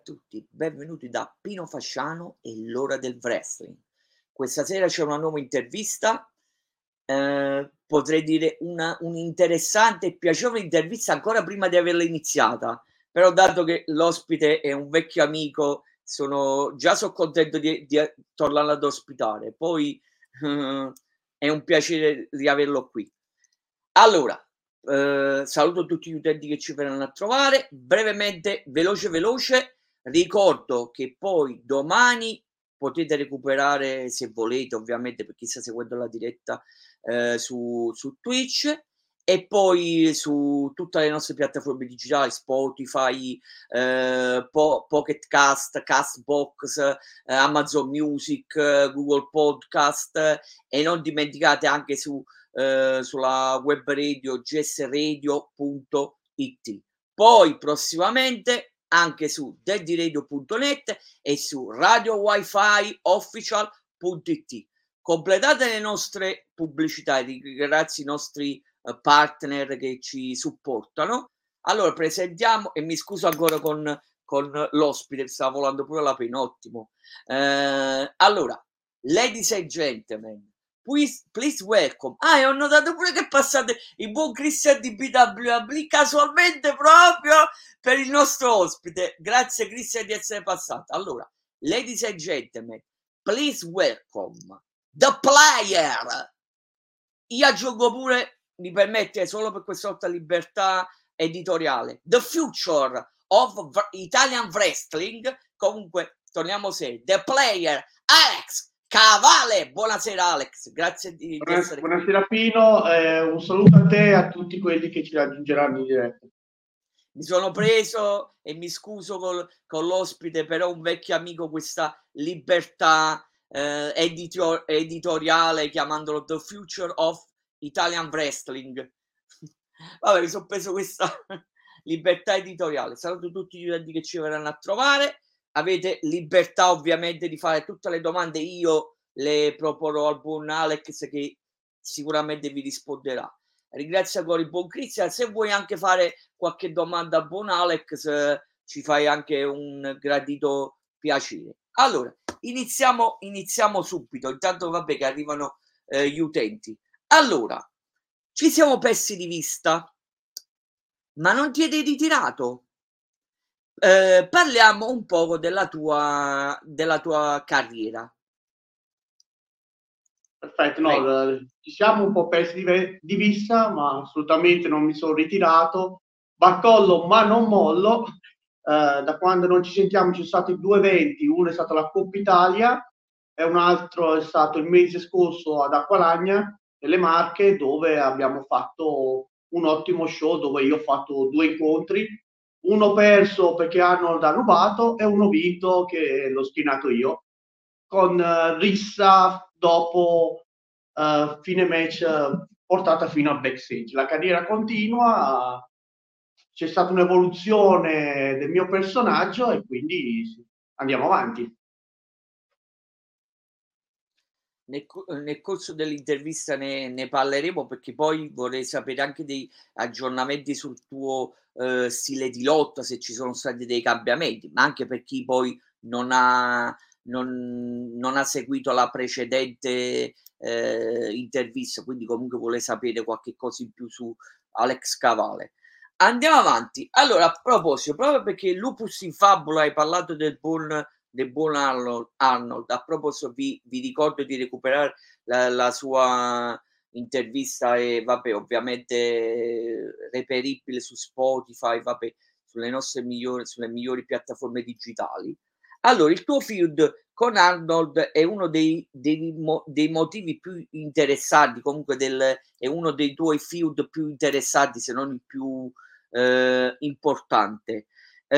tutti, benvenuti da Pino Fasciano e l'ora del wrestling. Questa sera c'è una nuova intervista, potrei dire un'interessante e piacevole intervista ancora prima di averla iniziata, però dato che l'ospite è un vecchio amico, sono contento di tornarlo ad ospitare, poi è un piacere riaverlo qui. Allora, saluto tutti gli utenti che ci verranno a trovare. Brevemente, veloce, ricordo che poi domani potete recuperare, se volete, ovviamente, per chi sta seguendo la diretta, su Twitch e poi su tutte le nostre piattaforme digitali, Spotify, Pocket Cast, Castbox, Amazon Music, Google Podcast e non dimenticate anche sulla web radio gsradio.it. Poi prossimamente anche su daddyradio.net e su radiowifi.official.it. Completate le nostre pubblicità, ringrazio i nostri partner che ci supportano. Allora presentiamo, e mi scuso ancora con l'ospite, stava volando pure la pena, ottimo. Allora, ladies and gentlemen, please welcome. E ho notato pure che passate il buon Christian di BWB casualmente proprio per il nostro ospite. Grazie Christian di essere passato. Allora, ladies and gentlemen, please welcome the player. Io aggiungo pure, mi permette solo per questa volta libertà editoriale, the future of Italian wrestling. Comunque torniamo se the player Alex Cavale. Buonasera Alex, grazie di essere qui. Buonasera Pino, un saluto a te e a tutti quelli che ci raggiungeranno in diretta. Mi sono preso e mi scuso con l'ospite, però un vecchio amico questa libertà editoriale, chiamandolo The Future of Italian Wrestling. Vabbè, mi sono preso questa libertà editoriale. Saluto tutti gli utenti che ci verranno a trovare. Avete libertà ovviamente di fare tutte le domande, io le proporrò al buon Alex che sicuramente vi risponderà. Ringrazio ancora il buon Cristian. Se vuoi anche fare qualche domanda al buon Alex, ci fai anche un gradito piacere. Allora, iniziamo subito. Intanto vabbè che arrivano gli utenti. Allora, ci siamo persi di vista, ma non ti eri ritirato. Parliamo un poco della tua carriera. Perfetto, no, ci siamo un po' persi di vista, ma assolutamente non mi sono ritirato. Barcollo, ma non mollo. Da quando non ci sentiamo ci sono stati 2 eventi, uno è stato la Coppa Italia e un altro è stato il mese scorso ad Acqualagna, nelle Marche, dove abbiamo fatto un ottimo show, dove io ho fatto 2 incontri, uno perso perché hanno rubato e uno vinto che l'ho schierato io, con rissa dopo fine match portata fino al backstage. La carriera continua, c'è stata un'evoluzione del mio personaggio e quindi andiamo avanti. Nel corso dell'intervista ne parleremo, perché poi vorrei sapere anche dei aggiornamenti sul tuo stile di lotta, se ci sono stati dei cambiamenti, ma anche per chi poi non ha seguito la precedente intervista, quindi comunque vuole sapere qualche cosa in più su Alex Cavale. Andiamo avanti. Allora, a proposito, proprio perché Lupus in Fabula hai parlato del buon Arnold. A proposito, vi ricordo di recuperare la sua intervista e vabbè, ovviamente reperibile su Spotify, vabbè, sulle migliori piattaforme digitali. Allora, il tuo feud con Arnold è uno dei motivi più interessanti, comunque è uno dei tuoi feud più interessanti, se non il più importante.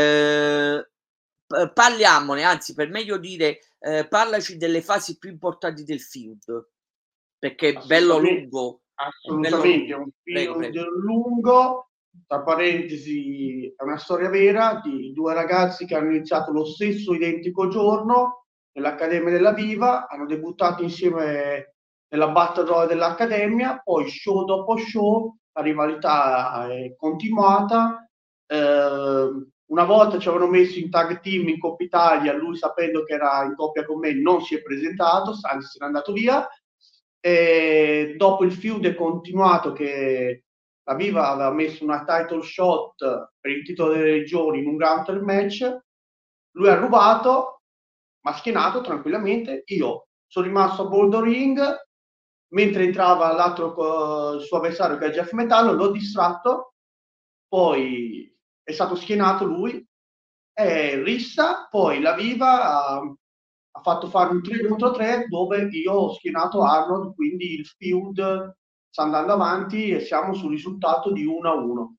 Parliamone, anzi, per meglio dire, parlaci delle fasi più importanti del feud, perché è bello lungo. Assolutamente, è un feud lungo. Tra parentesi, è una storia vera di 2 ragazzi che hanno iniziato lo stesso identico giorno nell'Accademia della Viva, hanno debuttato insieme nella Battle Royale dell'Accademia, poi show dopo show la rivalità è continuata. Una volta ci avevano messo in tag team in Coppa Italia, lui sapendo che era in coppia con me non si è presentato, anzi se n'è andato via. E dopo il feud è continuato che la Viva aveva messo una title shot per il titolo delle regioni in un counter match, lui ha rubato, ma schienato tranquillamente, io sono rimasto a bordo ring, mentre entrava l'altro il suo avversario che è Jeff Metallo, l'ho distratto, poi è stato schienato lui, e rissa, poi la Viva ha fatto fare un 3 contro 3 dove io ho schienato Arnold, quindi il feud sta andando avanti e siamo sul risultato di 1-1.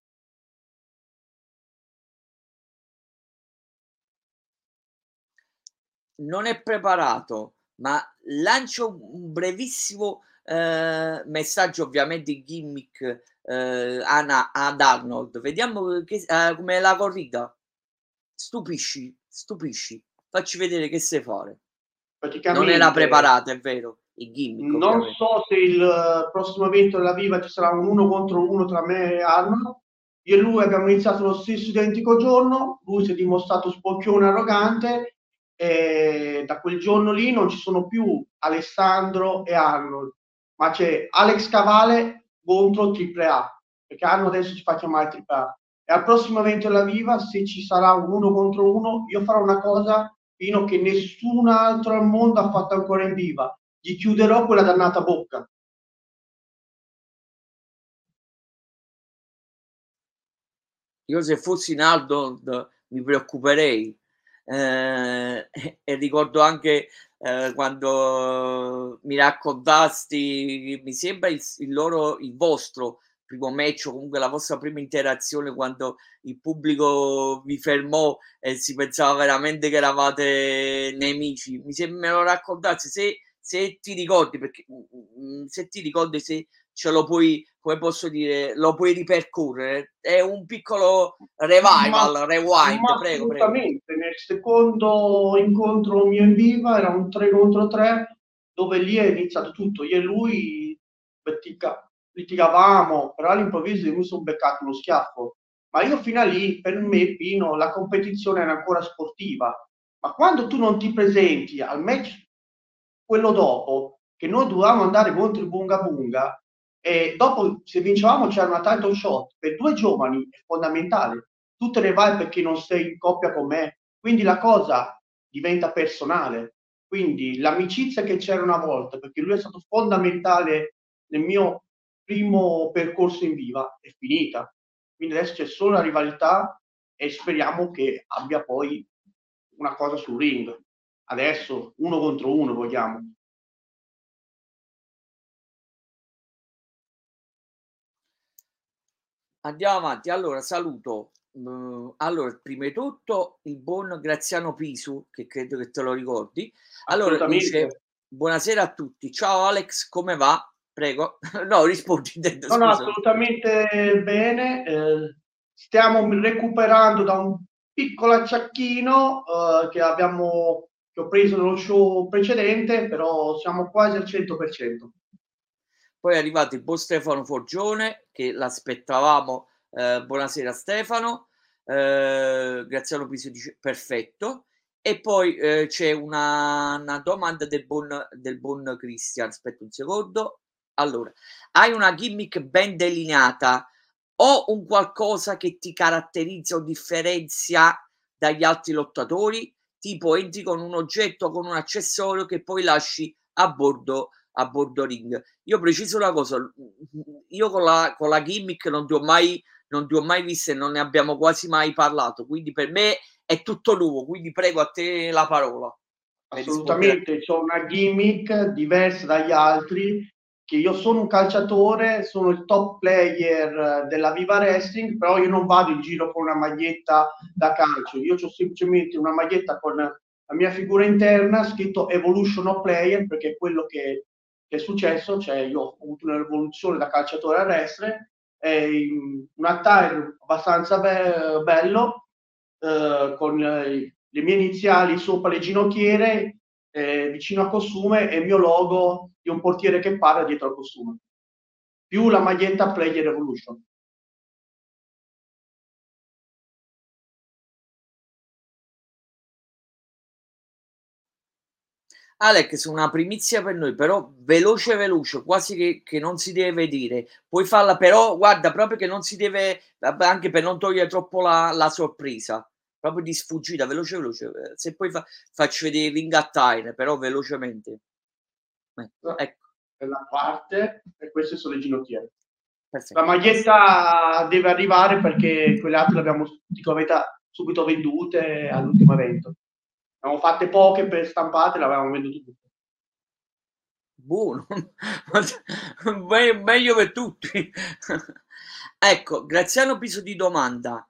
Non è preparato, ma lancio un brevissimo messaggio, ovviamente gimmick ad Arnold. Vediamo come la corrida. Stupisci, stupisci. Facci vedere che sai fare. Non era Praticamente preparato, è vero. Il gimmick, non ovviamente. so se il prossimo evento della Viva ci sarà un 1 contro 1 tra me e Arnold. Io e lui abbiamo iniziato lo stesso identico giorno, lui si è dimostrato spocchione arrogante e da quel giorno lì non ci sono più Alessandro e Arnold, ma c'è Alex Cavale contro AAA, perché Arnold adesso ci fa chiamare AAA. E al prossimo evento della Viva, se ci sarà un 1 contro 1, io farò una cosa fino che nessun altro al mondo ha fatto ancora in Viva, gli chiuderò quella dannata bocca. Io se fossi in Arnold mi preoccuperei. E ricordo anche quando mi raccontasti, mi sembra il vostro primo match o comunque la vostra prima interazione, quando il pubblico vi fermò e si pensava veramente che eravate nemici. Me lo raccontassi, se ti ricordi, perché se ti ricordi, se ce lo puoi, come posso dire, lo puoi ripercorrere. È un piccolo Ma, revival, ma rewind, prego, prego. assolutamente, nel secondo incontro mio in Viva era un 3 contro 3 dove lì è iniziato tutto. Io e lui litigavamo, però all'improvviso io mi sono beccato uno schiaffo. Ma io fino a lì, per me, Pino, la competizione era ancora sportiva. Ma quando tu non ti presenti al match, quello dopo, che noi dovevamo andare contro il Bunga Bunga, e dopo se vincevamo c'era una title shot, per due giovani è fondamentale, tu te ne vai perché non sei in coppia con me, quindi la cosa diventa personale, quindi l'amicizia che c'era una volta, perché lui è stato fondamentale nel mio primo percorso in Viva, è finita, quindi adesso c'è solo la rivalità e speriamo che abbia poi una cosa sul ring. Adesso 1 contro 1 vogliamo. Andiamo avanti. Allora, saluto. Allora, prima di tutto il buon Graziano Pisu, che credo che te lo ricordi. Allora, Assolutamente. dice: "Buonasera a tutti. Ciao Alex, come va?" Prego. No, rispondi intendo, No, no, scusami. assolutamente bene. Stiamo recuperando da un piccolo acciacchino che ho preso nello show precedente, però siamo quasi al 100%. Poi è arrivato il buon Stefano Forgione, che l'aspettavamo. Buonasera Stefano. Graziano Piso dice perfetto. E poi c'è una domanda del buon Christian. Aspetta un secondo. Allora, hai una gimmick ben delineata o un qualcosa che ti caratterizza o differenzia dagli altri lottatori? Tipo entri con un oggetto, con un accessorio che poi lasci a bordo ring. Io preciso una cosa, io con la gimmick non ti ho mai vista e non ne abbiamo quasi mai parlato, quindi per me è tutto nuovo, quindi prego a te la parola per rispondere a Assolutamente, c'ho una gimmick diversa dagli altri, che io sono un calciatore, sono il top player della Viva Wrestling, però io non vado in giro con una maglietta da calcio, io ho semplicemente una maglietta con la mia figura interna scritto Evolution of Player, perché è quello che è successo, cioè io ho avuto un'evoluzione da calciatore a wrestler, un attire abbastanza bello, con le mie iniziali sopra le ginocchiere, vicino al costume e il mio logo di un portiere che parla dietro al costume, più la maglietta Player Evolution. Alex, una primizia per noi, però veloce, veloce, quasi che non si deve dire. Puoi farla, però guarda, proprio che non si deve, vabbè, anche per non togliere troppo la sorpresa, proprio di sfuggita, veloce, veloce. Se poi faccio vedere Ring Attire, però velocemente. Ecco, Per la parte e queste sono le ginocchiere. La perfetto, basta. maglietta deve arrivare perché quelle altre le abbiamo subito vendute all'ultimo evento. Ne abbiamo fatte poche per stampate, le avevamo vendute tutte. Buono, meglio per tutti. Ecco, Graziano Piso di domanda.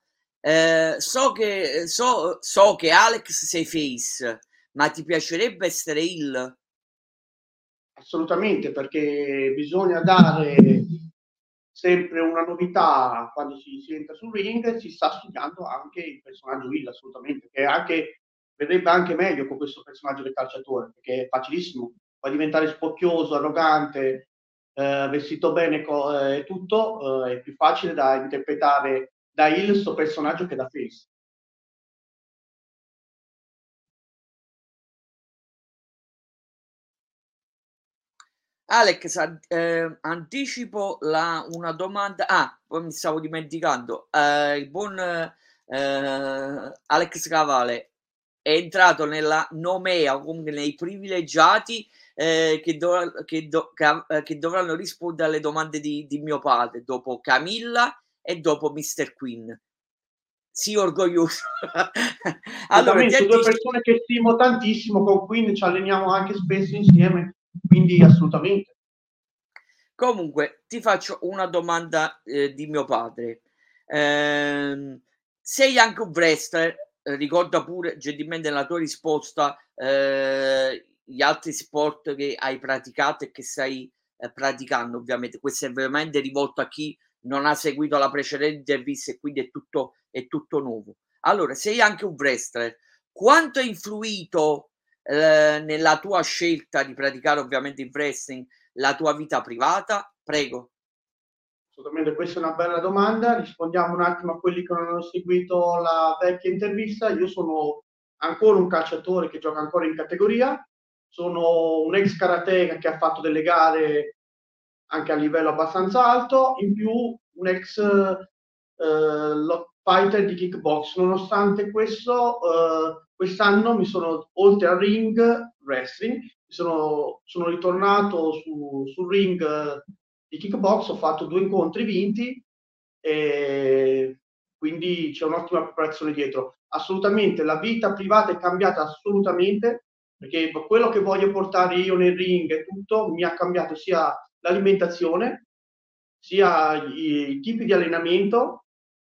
So che Alex sei face, ma ti piacerebbe essere il? Assolutamente, perché bisogna dare sempre una novità quando si entra sul ring, si sta studiando anche il personaggio Will, assolutamente, che anche, vedrebbe anche meglio con questo personaggio del calciatore, perché è facilissimo, puoi diventare spocchioso, arrogante, vestito bene e tutto, è più facile da interpretare da Hill questo personaggio che da face. Alex, anticipo una domanda. Ah, poi mi stavo dimenticando. Il buon Alex Cavale è entrato nella nomea o comunque nei privilegiati che dovranno rispondere alle domande di mio padre dopo Camilla e dopo Mr. Queen. Sii orgoglioso. Allora, ti Assolutamente, sono due anticipo. persone che stimo tantissimo, con cui ci alleniamo anche spesso insieme, quindi assolutamente. Comunque, ti faccio una domanda di mio padre. Sei anche un wrestler, ricorda pure gentilmente nella tua risposta gli altri sport che hai praticato e che stai praticando, ovviamente. Questo è veramente rivolto a chi non ha seguito la precedente intervista e quindi è tutto nuovo. Allora, sei anche un wrestler. Quanto ha influito nella tua scelta di praticare ovviamente il wrestling la tua vita privata? Prego. Assolutamente, questa è una bella domanda. Rispondiamo un attimo a quelli che non hanno seguito la vecchia intervista. Io sono ancora un calciatore che gioca ancora in categoria, sono un ex karateka che ha fatto delle gare anche a livello abbastanza alto, in più un ex fighter di kickbox. Nonostante questo, quest'anno mi sono, oltre al ring wrestling, sono ritornato sul ring di kickbox, ho fatto 2 incontri vinti e quindi c'è un'ottima preparazione dietro. Assolutamente, la vita privata è cambiata assolutamente, perché quello che voglio portare io nel ring e tutto mi ha cambiato sia l'alimentazione, sia i tipi di allenamento,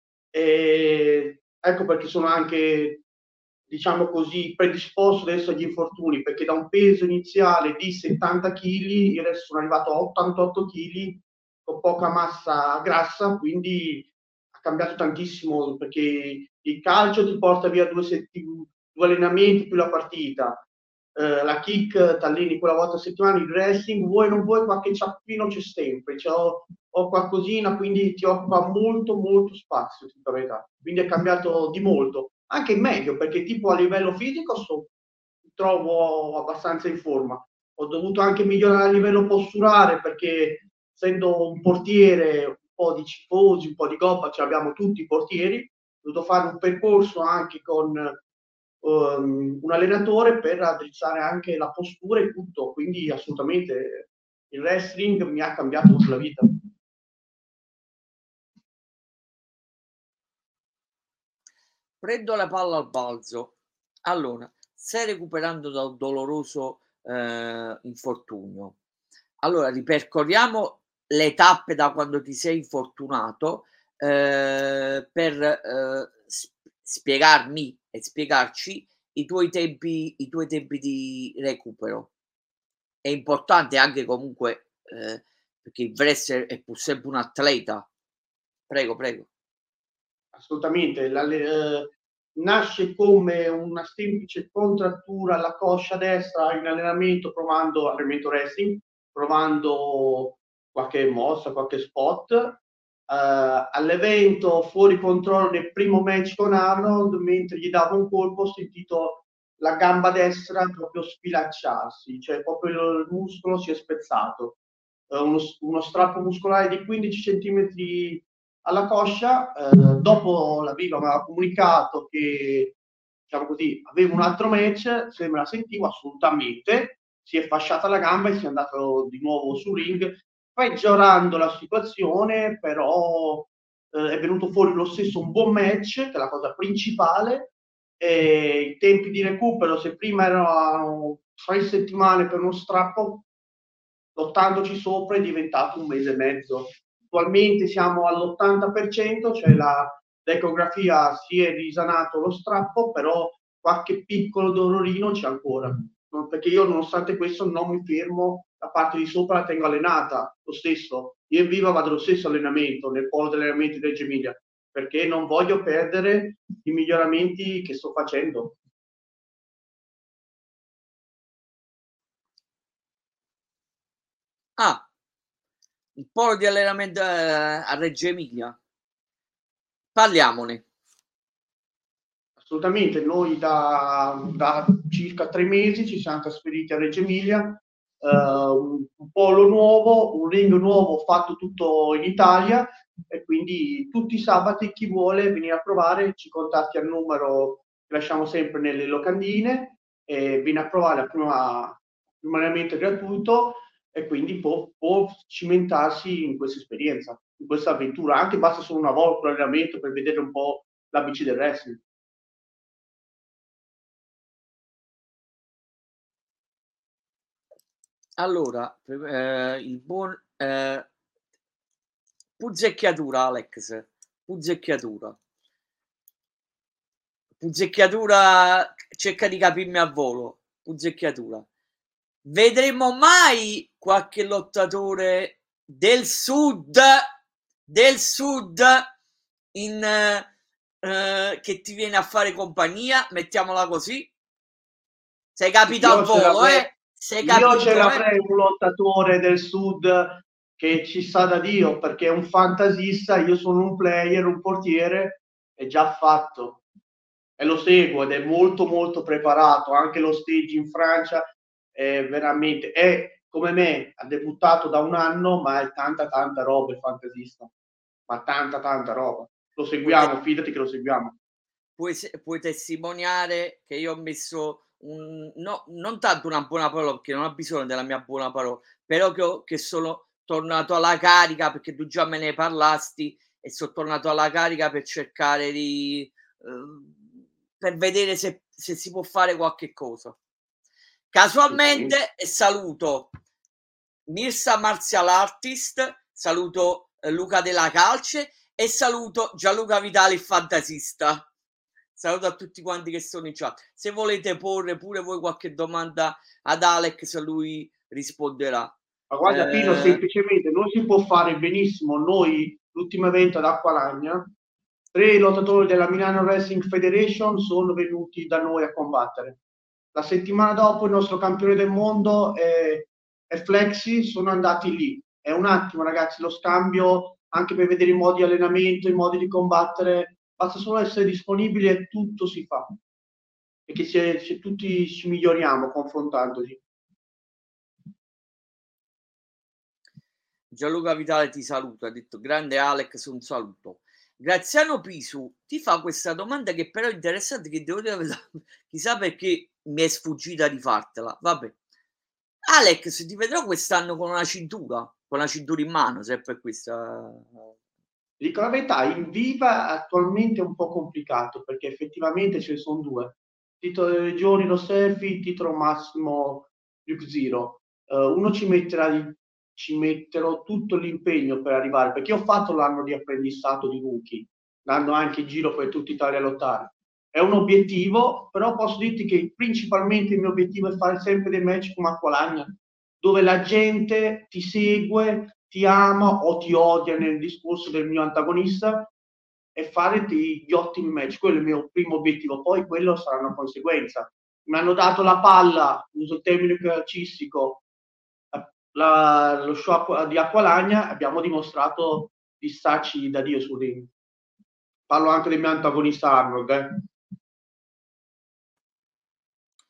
e ecco perché sono anche, diciamo così, predisposto adesso agli infortuni, perché da un peso iniziale di 70 kg, io adesso sono arrivato a 88 kg con poca massa grassa, quindi ha cambiato tantissimo, perché il calcio ti porta via 2 allenamenti più la partita, la kick t'alleni quella volta a settimana, il wrestling vuoi o non vuoi qualche ciappino c'è sempre, ho qualcosina, quindi ti occupa molto molto spazio, tutta la verità. Quindi è cambiato di molto, anche in meglio, perché tipo a livello fisico trovo abbastanza in forma. Ho dovuto anche migliorare a livello posturale, perché essendo un portiere un po' di cifosi, un po' di gobba, ce l'abbiamo tutti i portieri, ho dovuto fare un percorso anche con un allenatore per raddrizzare anche la postura e tutto, quindi assolutamente il wrestling mi ha cambiato la vita. Prendo la palla al balzo. Allora, stai recuperando da un doloroso infortunio. Allora, ripercorriamo le tappe da quando ti sei infortunato per spiegarmi e spiegarci i tuoi tempi di recupero. È importante anche comunque perché il wrestler è pur sempre un atleta. Prego, prego. Assolutamente, nasce come una semplice contrattura alla coscia destra in allenamento, provando allenamento wrestling, provando qualche mossa, qualche spot. All'evento fuori controllo nel primo match con Arnold, mentre gli davo un colpo ho sentito la gamba destra proprio sfilacciarsi, cioè proprio il muscolo si è spezzato. Uno strappo muscolare di 15 centimetri alla coscia. Dopo la Viva mi aveva comunicato che, diciamo così, avevo un altro match, se me la sentivo assolutamente, si è fasciata la gamba e si è andato di nuovo su ring, peggiorando la situazione, però è venuto fuori lo stesso un buon match, che è la cosa principale. E i tempi di recupero, se prima erano 6 settimane per uno strappo, lottandoci sopra è diventato un mese e mezzo. Attualmente siamo all'80%, cioè l'ecografia si è risanato lo strappo, però qualche piccolo dolorino c'è ancora. Perché io, nonostante questo, non mi fermo, la parte di sopra la tengo allenata lo stesso. Io in Viva vado lo stesso allenamento, nel polo degli allenamenti di Reggio Emilia, perché non voglio perdere i miglioramenti che sto facendo. Ah, il polo di allenamento a Reggio Emilia. Parliamone. Assolutamente, noi da circa 3 mesi ci siamo trasferiti a Reggio Emilia, un polo nuovo, un ring nuovo fatto tutto in Italia, e quindi tutti i sabati chi vuole venire a provare ci contatti al numero che lasciamo sempre nelle locandine e viene a provare primo allenamento gratuito, e quindi può cimentarsi in questa esperienza, in questa avventura. Anche basta solo una volta un allenamento per vedere un po' l'ABC del wrestling. Allora, il buon punzecchiatura, Alex, punzecchiatura. Punzecchiatura, cerca di capirmi a volo. Punzecchiatura. Vedremo mai qualche lottatore del sud in che ti viene a fare compagnia, mettiamola così. Sei capito a volo, sei io ce capito, l'avrei un lottatore del sud che ci sa da Dio, perché è un fantasista, io sono un player, un portiere, è già fatto. E lo seguo ed è molto molto preparato. Anche lo stage in Francia è veramente, è come me, ha debuttato da un anno, ma è tanta tanta roba il fantasista. Ma tanta tanta roba. Lo seguiamo, fidati che lo seguiamo. Puoi testimoniare che io ho messo non tanto una buona parola, perché non ho bisogno della mia buona parola, però che sono tornato alla carica, perché tu già me ne parlasti, e sono tornato alla carica per cercare di per vedere se si può fare qualche cosa. Casualmente, e saluto Mirsa Martial Artist, saluto Luca della Calce e saluto Gianluca Vitali, il fantasista. Saluto a tutti quanti che sono in chat. Se volete porre pure voi qualche domanda ad Alex, lui risponderà. Ma guarda Pino, semplicemente non si può fare benissimo. Noi, l'ultimo evento ad Acqualagna, 3 lottatori della Milano Wrestling Federation sono venuti da noi a combattere. La settimana dopo il nostro campione del mondo e Flexi sono andati lì. È un attimo, ragazzi, lo scambio anche per vedere i modi di allenamento, i modi di combattere. Basta solo essere disponibili e tutto si fa. E che se tutti ci miglioriamo confrontandoci. Gianluca Vitale ti saluta, ha detto grande Alex, un saluto. Graziano Pisu ti fa questa domanda che però è interessante, che devo dire, chissà perché mi è sfuggita di fartela. Vabbè, Alex, ti vedrò quest'anno con la cintura in mano, se è per questa. Dico la verità, in Viva attualmente è un po' complicato, perché effettivamente ce ne sono 2. Titolo delle regioni lo Selfie, titolo massimo Duke Zero. Uno ci metterò tutto l'impegno per arrivare, perché ho fatto l'anno di apprendistato di rookie, l'anno anche in giro per tutta Italia a lottare. È un obiettivo, però posso dirti che principalmente il mio obiettivo è fare sempre dei match come Acqualagna, dove la gente ti segue, ti ama o ti odia nel discorso del mio antagonista, e fare degli ottimi match. Quello è il mio primo obiettivo, poi quello sarà una conseguenza. Mi hanno dato la palla, uso il termine calcistico, lo show di Acqualagna, abbiamo dimostrato di starci da Dio sul ring. Parlo anche del mio antagonista Arnold.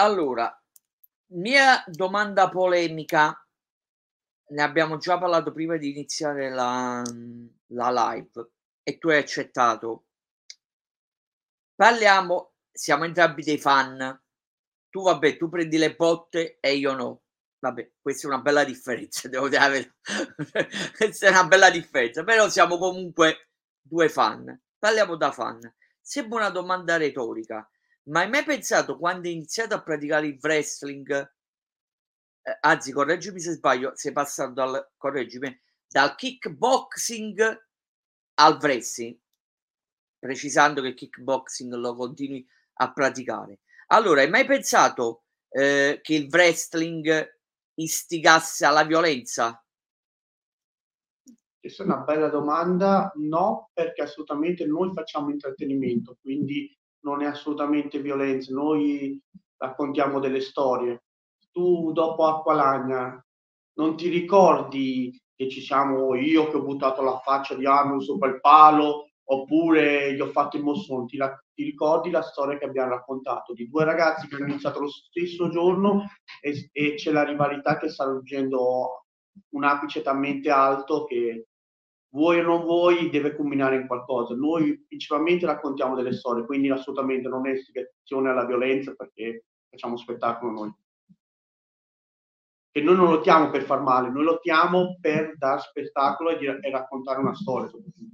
Allora, mia domanda polemica, ne abbiamo già parlato prima di iniziare la live e tu hai accettato. Parliamo, siamo entrambi dei fan. Tu vabbè, tu prendi le botte e io no. Vabbè, questa è una bella differenza, devo dire la verità. Questa è una bella differenza, però siamo comunque 2 fan. Parliamo da fan. Sembra una domanda retorica, ma hai mai pensato quando hai iniziato a praticare il wrestling, anzi correggimi se sbaglio, sei passato dal kickboxing al wrestling, precisando che il kickboxing lo continui a praticare. Allora, hai mai pensato, che il wrestling istigasse alla violenza? Questa è una bella domanda. No, perché assolutamente noi facciamo intrattenimento, quindi non è assolutamente violenza. Noi raccontiamo delle storie. Tu dopo Acqualagna non ti ricordi che ci siamo io che ho buttato la faccia di Arnold sopra il palo oppure gli ho fatto il mossone? Ti ricordi la storia che abbiamo raccontato di due ragazzi che hanno iniziato lo stesso giorno e c'è la rivalità che sta raggiungendo un apice talmente alto che vuoi o non vuoi deve culminare in qualcosa. Noi principalmente raccontiamo delle storie, quindi assolutamente non è istigazione alla violenza perché facciamo spettacolo noi. E noi non lottiamo per far male, noi lottiamo per dar spettacolo e raccontare una storia soprattutto.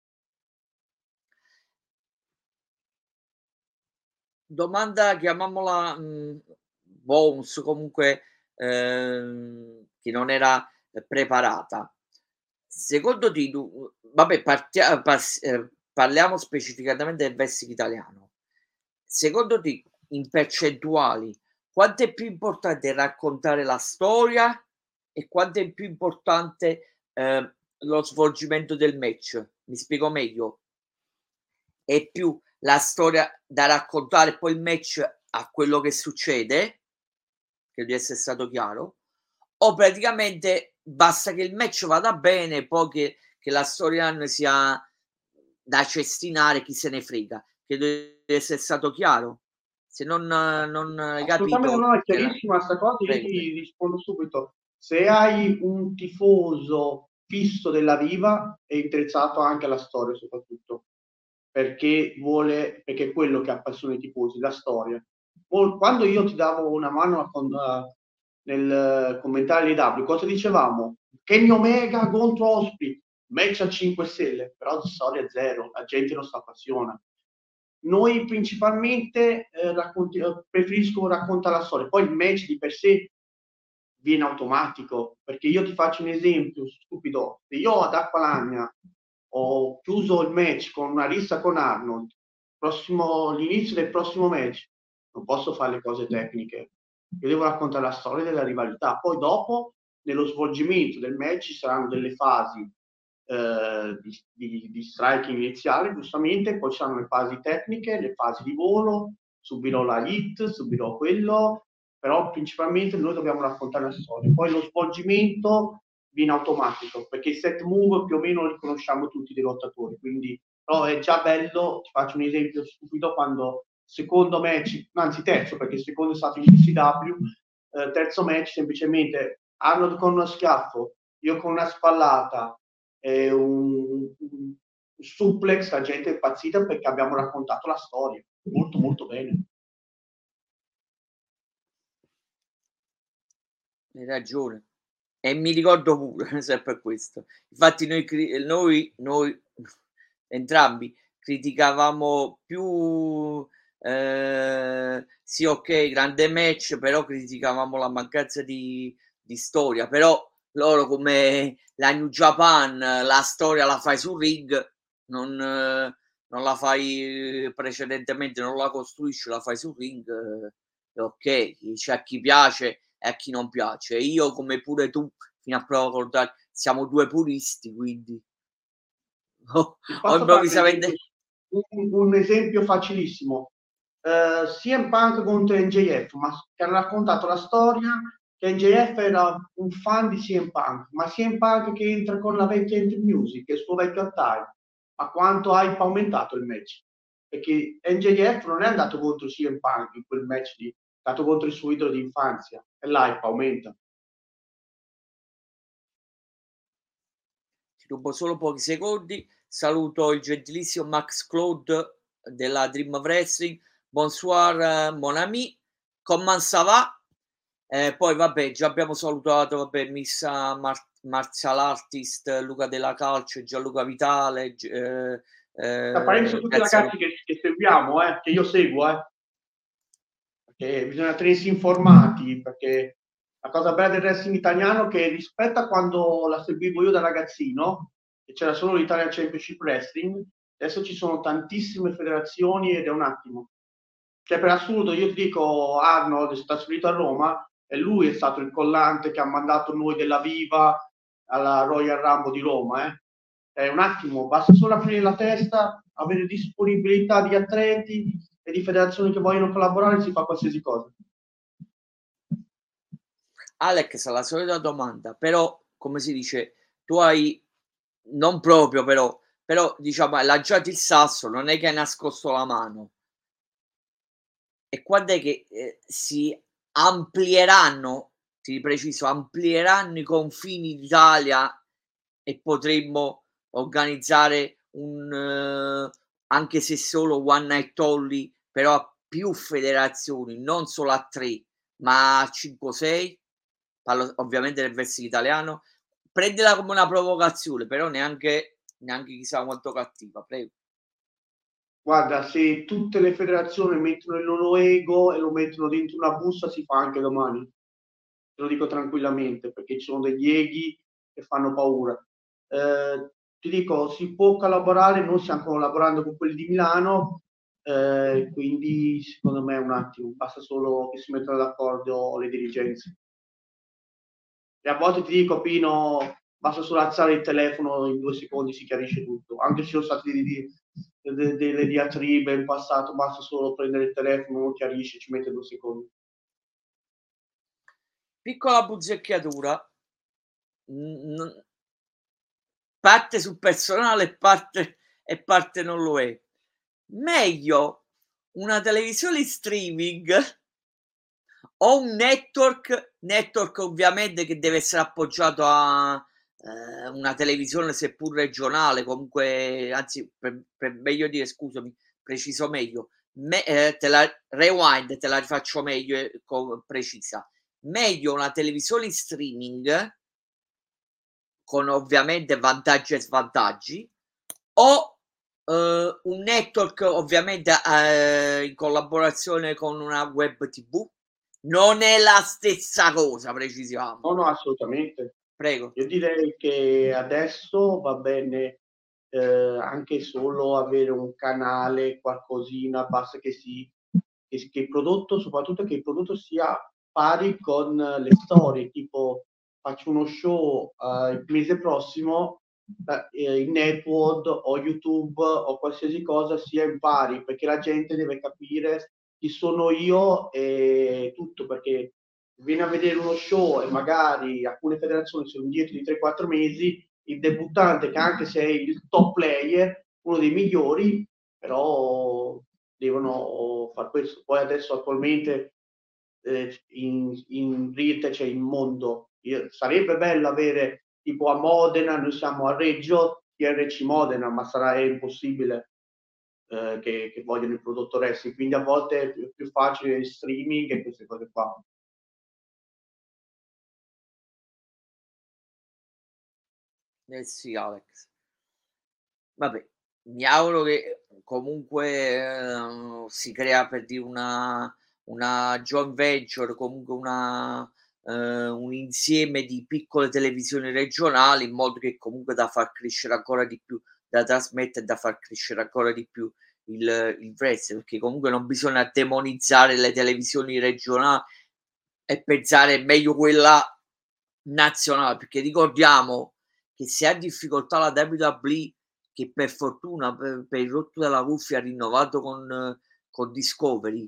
Domanda, chiamiamola, bonus, comunque, che non era preparata. Secondo te tu vabbè parliamo specificatamente del wrestling italiano. Secondo te, in percentuali, quanto è più importante raccontare la storia e quanto è più importante, lo svolgimento del match? Mi spiego meglio: è più la storia da raccontare, poi il match a quello che succede, credo di essere stato chiaro, o praticamente basta che il match vada bene, poi che la storyline sia da cestinare, chi se ne frega. Credo di essere stato chiaro. Se non hai Assolutamente capito no, è te la chiarissima sta cosa, io prego te. ti rispondo subito. Se hai un tifoso fisso della Viva, è interessato anche alla storia soprattutto, perché è quello che appassiona i tifosi, la storia. Quando io ti davo una mano nel commentare l'AEW, cosa dicevamo? Kenny Omega contro Osprey, match a 5 stelle, però storia zero, la gente non si appassiona. Noi principalmente preferisco raccontare la storia, poi il match di per sé viene automatico, perché io ti faccio un esempio stupido, se io ad Acqualagna ho chiuso il match con una rissa con Arnold, l'inizio del prossimo match, non posso fare le cose tecniche, io devo raccontare la storia della rivalità, poi dopo nello svolgimento del match ci saranno delle fasi di striking iniziale, giustamente, poi ci saranno le fasi tecniche, le fasi di volo, subirò la hit, subirò quello, però principalmente noi dobbiamo raccontare la storia. Poi lo svolgimento viene automatico, perché i set move più o meno li conosciamo tutti dei lottatori, quindi però è già bello, ti faccio un esempio stupido, quando secondo match, anzi terzo, perché il secondo è stato in CW, terzo match semplicemente Arnold con uno schiaffo, io con una spallata, un suplex, la gente è impazzita perché abbiamo raccontato la storia molto molto bene. Hai ragione. E mi ricordo pure, sempre questo. Infatti noi entrambi criticavamo più, sì okay, grande match, però criticavamo la mancanza di storia, però loro come la New Japan, la storia la fai sul ring, non la fai precedentemente, non la costruisci, la fai sul ring, okay, c'è a chi piace e a chi non piace. E io come pure tu, fino a prova contraria, siamo 2 puristi, quindi ho Posso fare improvvisamente un esempio facilissimo. CM Punk contro NJF, ma che hanno raccontato la storia che NJF era un fan di CM Punk, ma CM Punk che entra con la vecchia entry music, il suo vecchio attire, ma quanto ha aumentato il match? Perché NJF non è andato contro CM Punk in quel match lì, dato contro il suo idolo di infanzia e l'hype aumenta. Ti rubo solo pochi secondi. Saluto il gentilissimo Max Claude della Dream of Wrestling. Bonsoir, mon ami. Comment ça va? Poi vabbè, già abbiamo salutato vabbè, Miss Martial Artist Luca Della Calcio, Gianluca Vitale. Tra parentesi, sono tutti ragazzi che seguiamo, che io seguo, perché bisogna tenersi informati, perché la cosa bella del wrestling italiano è che rispetto a quando la seguivo io da ragazzino, e c'era solo l'Italia Championship Wrestling, adesso ci sono tantissime federazioni ed è un attimo. Cioè, per assurdo, io ti dico, Arnold è trasferito a Roma e lui è stato il collante che ha mandato noi della Viva alla Royal Rumble di Roma. È un attimo, basta solo aprire la testa, avere disponibilità di atleti e di federazioni che vogliono collaborare, si fa qualsiasi cosa. Alex, la solita domanda, però come si dice, tu hai non proprio però diciamo hai lanciato il sasso, non è che hai nascosto la mano. E quand'è che si amplieranno, ti preciso, amplieranno i confini d'Italia e potremmo organizzare un anche se solo one night only, però a più federazioni, non solo a 3, ma a 5 o 6? Parlo ovviamente del wrestling italiano. Prendila come una provocazione, però neanche chissà quanto cattiva, prego. Guarda, se tutte le federazioni mettono il loro ego e lo mettono dentro una busta, si fa anche domani. Te lo dico tranquillamente, perché ci sono degli eghi che fanno paura. Ti dico, si può collaborare, noi stiamo collaborando con quelli di Milano, quindi secondo me è un attimo, basta solo che si mettano d'accordo le dirigenze. E a volte ti dico, Pino, basta solo alzare il telefono, in 2 secondi si chiarisce tutto. Anche se ci sono state delle diatribe in passato, basta solo prendere il telefono, lo chiarisce, ci mette 2 secondi. Piccola buzzecchiatura, parte sul personale e parte non lo è. Meglio una televisione in streaming o un network ovviamente che deve essere appoggiato a una televisione seppur regionale, comunque, anzi, per meglio dire, scusami, preciso meglio, te la rewind, te la rifaccio meglio precisa. Meglio una televisione in streaming con ovviamente vantaggi e svantaggi, o un network ovviamente in collaborazione con una web TV. Non è la stessa cosa, precisiamo. No, assolutamente. Prego. Io direi che adesso va bene anche solo avere un canale, qualcosina, basta che il prodotto, soprattutto che il prodotto sia pari con le storie, tipo faccio uno show il mese prossimo, il network o YouTube o qualsiasi cosa sia in pari, perché la gente deve capire chi sono io e tutto, perché vieni a vedere uno show e magari alcune federazioni sono indietro di 3-4 mesi, il debuttante che anche se è il top player, uno dei migliori, però devono fare questo. Poi adesso attualmente in rete, cioè in mondo, sarebbe bello avere tipo a Modena, noi siamo a Reggio, TRC Modena, ma è impossibile che vogliono il prodotto wrestling, quindi a volte è più facile il streaming e queste cose qua. Sì, Alex. Vabbè, mi auguro che comunque si crea per dire una joint venture, comunque un insieme di piccole televisioni regionali, in modo che comunque da far crescere ancora di più, da trasmettere, da far crescere ancora di più il wrestling, perché comunque non bisogna demonizzare le televisioni regionali e pensare è meglio quella nazionale, perché ricordiamo che se ha difficoltà la WWE, che per fortuna per il rotto della cuffia ha rinnovato con Discovery,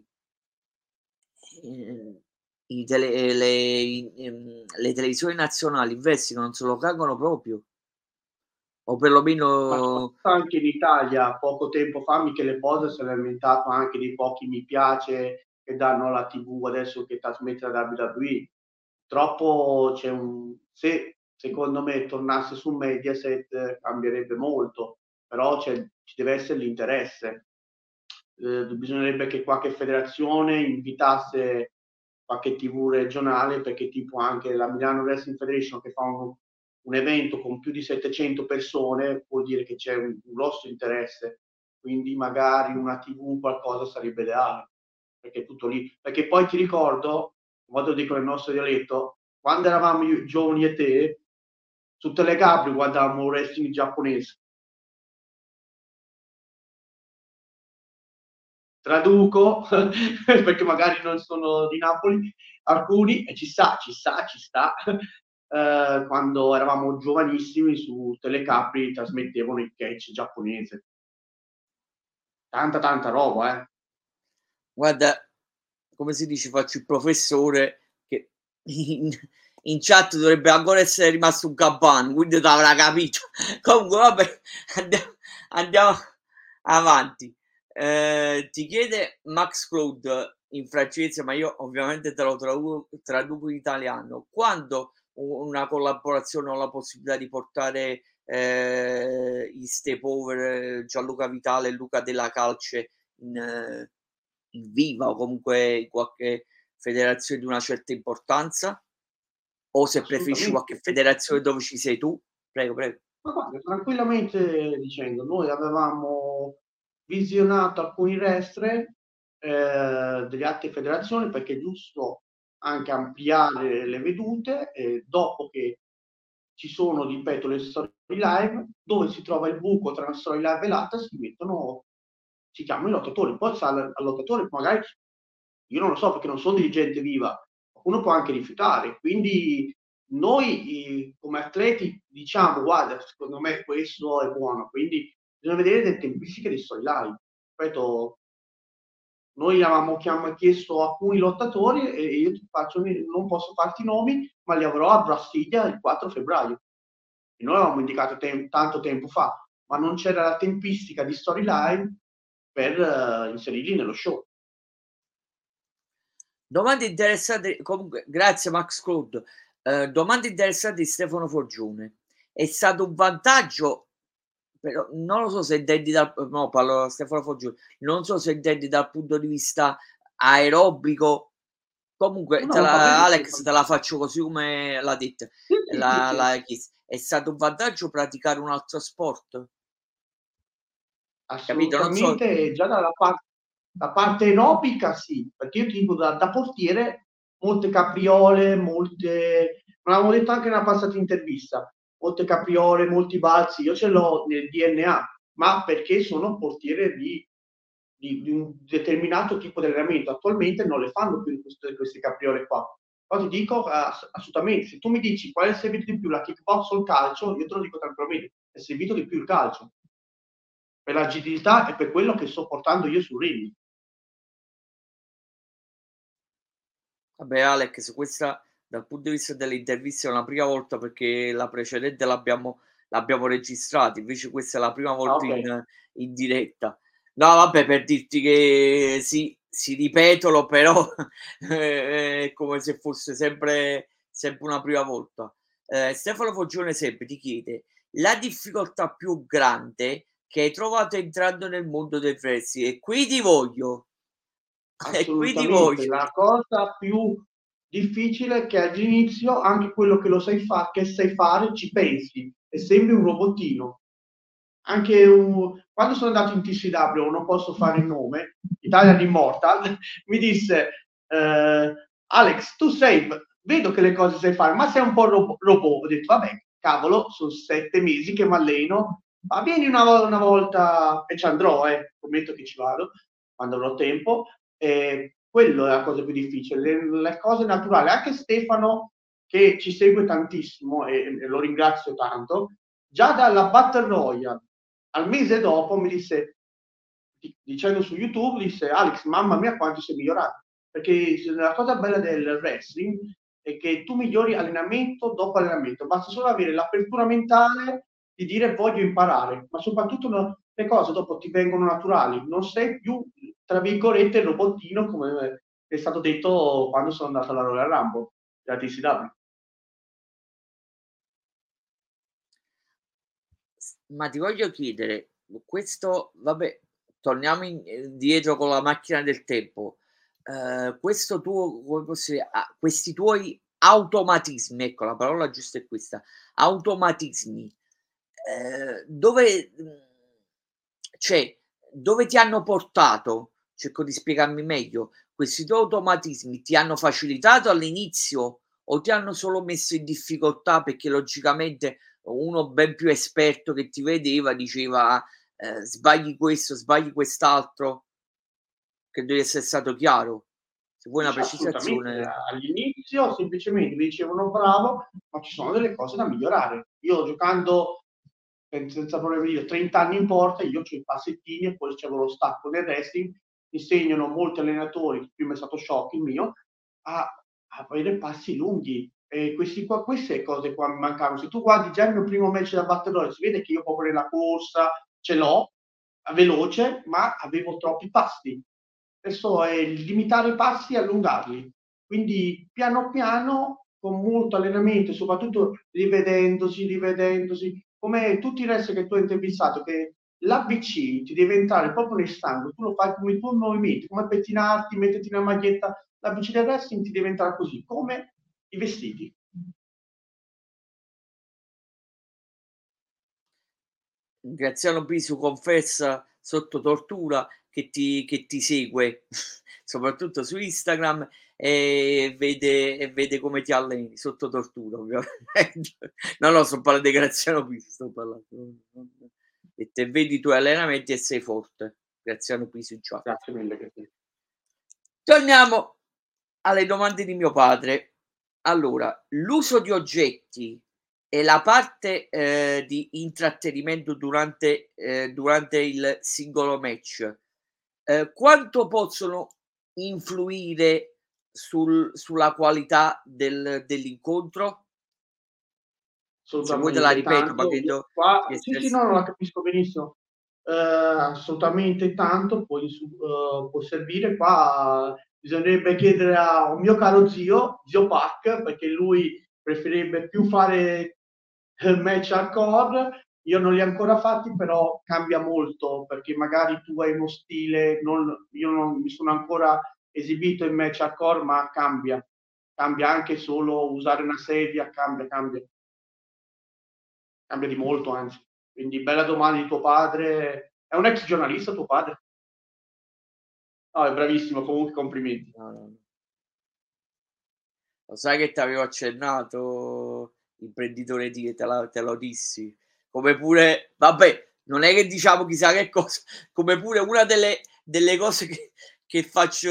le televisioni nazionali in wrestling non se lo cagano proprio, o Ma perlomeno anche in Italia, poco tempo fa Michele Posa si è lamentato anche dei pochi mi piace che danno alla TV adesso che trasmette la WWE. Purtroppo se secondo me tornasse su Mediaset cambierebbe molto, però ci deve essere l'interesse. Bisognerebbe che qualche federazione invitasse qualche TV regionale, perché tipo anche la Milano Wrestling Federation, che fa un evento con più di 700 persone, vuol dire che c'è un grosso interesse, quindi magari una TV qualcosa sarebbe ideale, perché è tutto lì. Perché poi ti ricordo, in modo dico nel nostro dialetto, quando eravamo giovani e te, su Telecabri guardavamo wrestling giapponese. Traduco perché magari non sono di Napoli alcuni, e ci sta quando eravamo giovanissimi su Telecapri trasmettevano il catch giapponese, tanta roba. Guarda, come si dice, faccio il professore che in chat dovrebbe ancora essere rimasto un Gabban, quindi t'avrà capito. Comunque vabbè, andiamo avanti. Ti chiede Max Claude in francese, ma io ovviamente te lo traduco in italiano. Quando una collaborazione o la possibilità di portare i Step-Over, Gianluca Vitale e Luca Della Calce in viva o comunque in qualche federazione di una certa importanza? O se preferisci qualche federazione dove ci sei tu? Prego, prego. Ma guarda, tranquillamente dicendo, noi avevamo visionato alcuni wrestler delle altre federazioni, perché è giusto anche ampliare le vedute, e dopo che ci sono, ripeto, le storie live, dove si trova il buco tra una storia live e l'altra, si chiamano i lottatori. Poi al lottatore magari, io non lo so perché non sono dirigente viva, uno può anche rifiutare, quindi noi come atleti diciamo guarda, secondo me questo è buono, quindi bisogna vedere le tempistiche di storyline. Ripeto, noi avevamo chiesto alcuni lottatori e io non posso farti i nomi, ma li avrò a Brasilia il 4 febbraio. E noi avevamo indicato tanto tempo fa, ma non c'era la tempistica di storyline per inserirli nello show. Domande interessate, comunque, grazie Max Claude. Domande interessanti di Stefano Forgione. È stato un vantaggio, però non lo so se intendi no, parlo Stefano Forgione, non so se intendi dal punto di vista aerobico. Comunque, No, va bene, Alex, te la faccio così come l'ha detta. sì. È stato un vantaggio praticare un altro sport? Capito? Non so. Assolutamente, già la parte aerobica sì, perché io ti dico da portiere molte capriole, me l'avevamo detto anche nella passata intervista, molte capriole, molti balzi, io ce l'ho nel DNA, ma perché sono portiere di un determinato tipo di allenamento. Attualmente non le fanno più queste capriole qua. Poi ti dico assolutamente, se tu mi dici quale è servito di più, la kickbox o il calcio, io te lo dico tranquillamente, è servito di più il calcio, per l'agilità e per quello che sto portando io sul ring. Vabbè, Alex, questa dal punto di vista delle interviste è una prima volta, perché la precedente l'abbiamo registrata, invece questa è la prima volta Okay. in diretta. No, vabbè, per dirti che si ripetono, però è come se fosse sempre una prima volta. Stefano Foggione sempre ti chiede: la difficoltà più grande che hai trovato entrando nel mondo del wrestling? E qui ti voglio. E qui ti Assolutamente. voglio. La cosa più difficile è che all'inizio anche quello che che sai fare ci pensi e sembri un robottino. Anche quando sono andato in TCW, non posso fare il nome, Italian Immortal, mi disse Alex, vedo che le cose sai fare, ma sei un po' robot. Ho detto, vabbè, cavolo, sono 7 mesi che mi alleno, ma vieni una volta e ci andrò, prometto che ci vado, quando avrò tempo. Quello è la cosa più difficile, le cose naturali. Anche Stefano, che ci segue tantissimo e lo ringrazio tanto, già dalla Battle Royale al mese dopo mi disse, dicendo su YouTube, disse Alex, mamma mia quanto sei migliorato, perché la cosa bella del wrestling è che tu migliori allenamento dopo allenamento, basta solo avere l'apertura mentale di dire voglio imparare, ma soprattutto le cose dopo ti vengono naturali, non sei più tra virgolette il robottino come è stato detto quando sono andato alla Royal Rumble della TCW. Ma ti voglio chiedere, questo, vabbè, torniamo indietro con la macchina del tempo. Questo tuo, come posso dire, questi tuoi automatismi, ecco, la parola giusta è questa, automatismi, dove, cioè, dove ti hanno portato? Cerco di spiegarmi meglio. Questi tuoi automatismi ti hanno facilitato all'inizio o ti hanno solo messo in difficoltà perché logicamente uno ben più esperto che ti vedeva diceva, sbagli questo, sbagli quest'altro, che devi essere stato chiaro. Se vuoi una Sì, assolutamente. precisazione. All'inizio semplicemente mi dicevano bravo, ma ci sono delle cose da migliorare. Io giocando senza problemi dire 30 anni in porta, io ho i passettini e poi c'avevo lo stacco nel wrestling. Insegnano molti allenatori, prima è stato shock il mio, a avere passi lunghi. E queste cose qua mi mancavano. Se tu guardi già il mio primo match da Battle Royale, si vede che io proprio nella corsa ce l'ho, veloce, ma avevo troppi passi. Adesso è limitare i passi e allungarli. Quindi piano piano, con molto allenamento e soprattutto rivedendosi, come tutti i resti che tu hai intervistato, che l'ABC ti deve entrare proprio nel sangue, tu lo fai come i tuoi movimenti, come pettinarti, metterti una maglietta, l'ABC del wrestling ti deve entrare così, come i vestiti. Graziano Pisu confessa sotto tortura che ti segue soprattutto su Instagram e vede come ti alleni sotto tortura ovviamente. No, sto parlando di Graziano Pisu, sto parlando. E te vedi i tuoi allenamenti e sei forte. Graziano Pisu in chat. Grazie mille. Grazie. Torniamo alle domande di mio padre. Allora, l'uso di oggetti e la parte, di intrattenimento durante il singolo match, quanto possono influire sulla qualità dell'incontro? Se vuoi te la Assolutamente ripeto, ma tanto. credo Qua che sì, sia sì, no, no, la capisco benissimo. Assolutamente tanto, può servire. Qua bisognerebbe chiedere a un mio caro zio Pac, perché lui preferirebbe più fare match hardcore. Io non li ho ancora fatti, però cambia molto, perché magari tu hai uno stile, io non mi sono ancora esibito in match hardcore, ma cambia. Cambia anche solo usare una sedia, cambia di molto, anzi. Quindi bella domanda di tuo padre. È un ex giornalista tuo padre? No, è bravissimo, comunque complimenti. No. Lo sai che t'avevo accennato, imprenditore di te lo dissi. Come pure vabbè, non è che diciamo chissà che cosa, come pure una delle cose che faccio,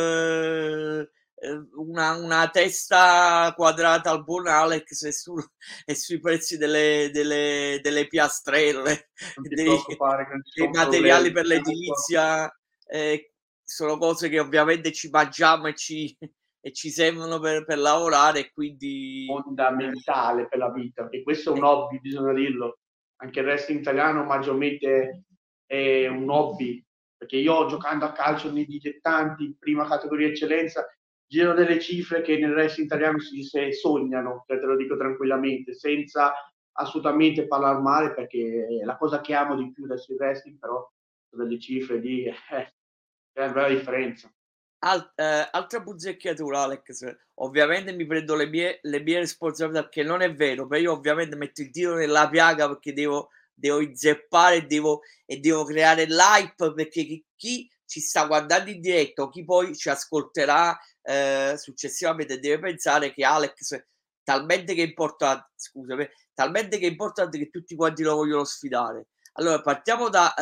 una testa quadrata al buon Alex è sui prezzi delle piastrelle, Non ti dei preoccupare, che non ci dei sono materiali problemi. per l'edilizia, sono cose che ovviamente ci mangiamo e ci servono per lavorare e quindi Fondamentale per la vita, e questo è un eh, hobby, bisogna dirlo. Anche il wrestling italiano maggiormente è un hobby, perché io giocando a calcio nei dilettanti, prima categoria eccellenza, giro delle cifre che nel wrestling italiano si sognano, te lo dico tranquillamente, senza assolutamente parlare male, perché è la cosa che amo di più del wrestling, però delle cifre di è una bella differenza. altra buzzecchiatura Alex, ovviamente mi prendo le mie responsabilità perché non è vero, però io ovviamente metto il dito nella piaga perché devo inzeppare e devo creare l'hype perché chi ci sta guardando in diretta o chi poi ci ascolterà successivamente deve pensare che Alex talmente che è importante, scusami, talmente che è importante che tutti quanti lo vogliono sfidare. Allora partiamo da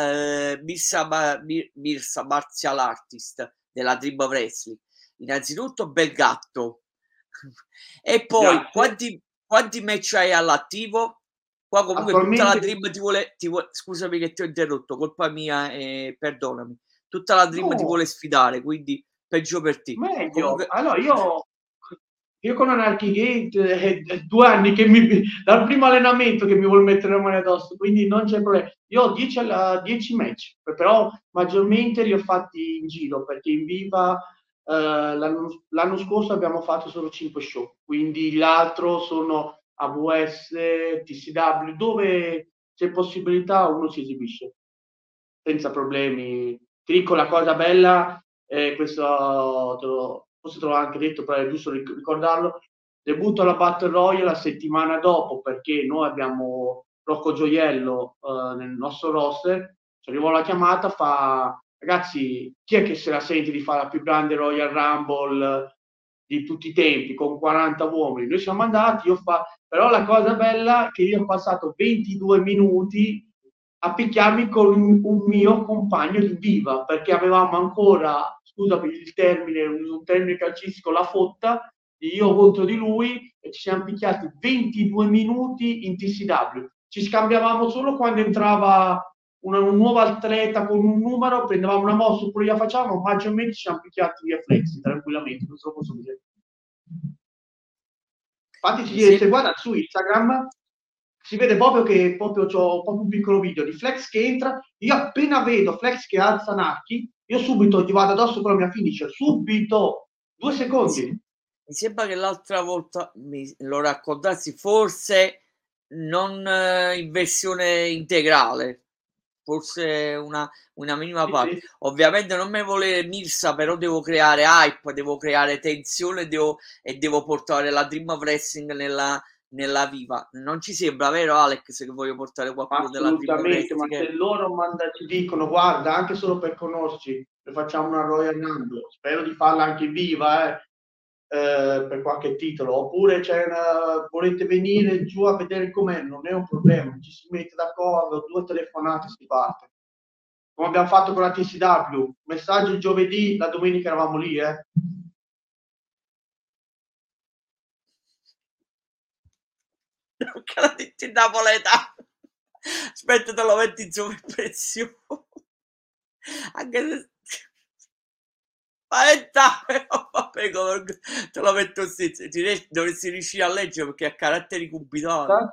Mirsa Martial Artist della Dream Wrestling. Innanzitutto bel gatto. E poi Grazie. quanti match hai all'attivo? Qua comunque tutta la Attualmente Dream ti vuole scusami che ti ho interrotto, colpa mia, perdonami. Tutta la Dream ti no, vuole sfidare, quindi peggio per te. meglio. Comunque Allora, io con Anarchy Gate è 2 anni che dal primo allenamento che mi vuol mettere le mani addosso, quindi non c'è problema. Io ho 10 match, però maggiormente li ho fatti in giro, perché in Viva l'anno scorso abbiamo fatto solo 5 show, quindi l'altro sono AWS, TCW, dove c'è possibilità uno si esibisce senza problemi. Ti dico la cosa bella, questo forse te l'ho anche detto, però è giusto ricordarlo, debutto alla Battle Royale la settimana dopo, perché noi abbiamo Rocco Gioiello nel nostro roster, ci arrivò la chiamata, fa ragazzi, chi è che se la sente di fare la più grande Royal Rumble di tutti i tempi, con 40 uomini? Noi siamo andati, però la cosa bella è che io ho passato 22 minuti a picchiarmi con un mio compagno di viva, perché avevamo ancora, scusa per il termine, un termine calcistico, la fotta, io contro di lui, e ci siamo picchiati 22 minuti in TCW. Ci scambiavamo solo quando entrava un nuovo atleta con un numero, prendevamo una mossa oppure la facciamo, maggiormente ci siamo picchiati via flexi tranquillamente, non so posso dire. Infatti se guarda su Instagram si vede proprio che proprio c'ho proprio un piccolo video di Flex che entra, io appena vedo Flex che alza Nacchi, io subito gli vado addosso con la mia finisher, subito, 2 secondi. Mi sembra che l'altra volta lo raccontassi, forse non in versione integrale, forse una minima parte. Sì. Ovviamente non me volere Mirsa, però devo creare hype, devo creare tensione e devo portare la Dream of Wrestling nella viva. Non ci sembra, vero Alex, che voglio portare qualcuno della Dream of Assolutamente, ma Wrestling? se loro ci dicono guarda, anche solo per conosci, facciamo una Royal Rumble, spero di farla anche viva, per qualche titolo, oppure volete venire giù a vedere com'è, non è un problema, ci si mette d'accordo, 2 telefonate si parte. Come abbiamo fatto con la TCW, messaggio il giovedì, la domenica eravamo lì, Che la dici in napoletano? Aspetta, te lo metti in sovraimpressione. Anche se... vabbè, te lo metto stesso. Dovresti riuscire a leggere perché ha caratteri cubitali.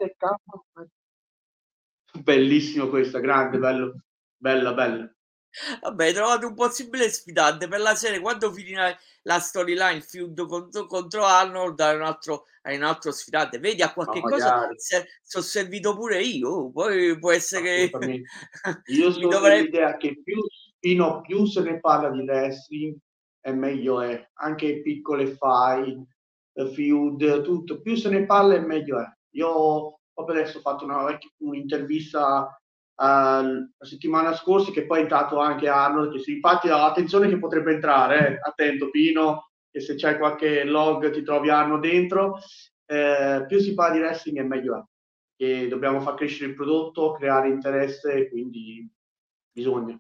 Bellissimo questa, grande, bello, bella, bella. Vabbè, trovate un possibile sfidante per la serie. Quando finirà la storyline feud contro Arnold, hai un altro sfidante. Vedi a qualche cosa se ho servito pure io. Poi può essere che io mi sono dovrei... dell'idea che più se ne parla di wrestling e meglio è. Anche piccole fight, feud, tutto. Più se ne parla e meglio è. Io proprio adesso ho fatto un'intervista la settimana scorsa che poi è entrato anche Arnold, che infatti ha attenzione che potrebbe entrare, attento Pino, che se c'è qualche log ti trovi Arnold dentro, più si parla di wrestling e meglio è, che dobbiamo far crescere il prodotto, creare interesse, quindi bisogna.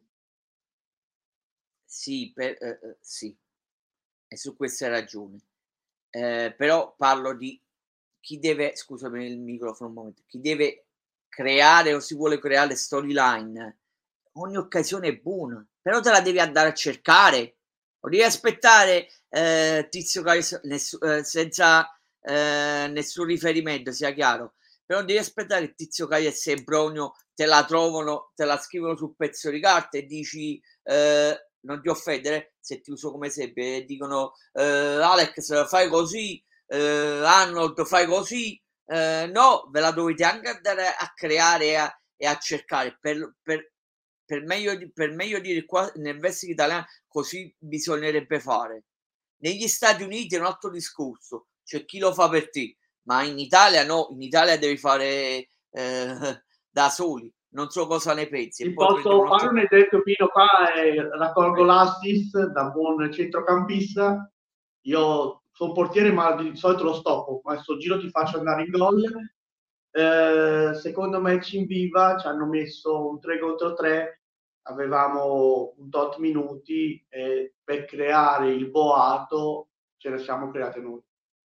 Sì, sì, e su questa hai ragione. Però parlo di chi deve, scusami il microfono un momento, chi deve creare o si vuole creare storyline, ogni occasione è buona, però te la devi andare a cercare, non devi aspettare Tizio Caio senza nessun riferimento, sia chiaro, però devi aspettare che Tizio Caio e Sempronio te la trovano, te la scrivono sul pezzo di carta e dici non ti offendere se ti uso come esempio e dicono Alex fai così, Arnold fai così, no, ve la dovete anche andare a creare e a cercare per meglio dire qua nel wrestling italiano così bisognerebbe fare. Negli Stati Uniti è un altro discorso, c'è chi lo fa per te, ma in Italia no, in Italia devi fare da soli. Non so cosa ne pensi. E Ti poi posso fare un esempio, Pino, qua raccolgo l'assist da buon centrocampista, io sono portiere ma di solito lo stoppo, ma sto giro ti faccio andare in gol. Secondo match in viva ci hanno messo un 3 contro 3, avevamo un tot minuti e per creare il boato ce ne siamo create noi.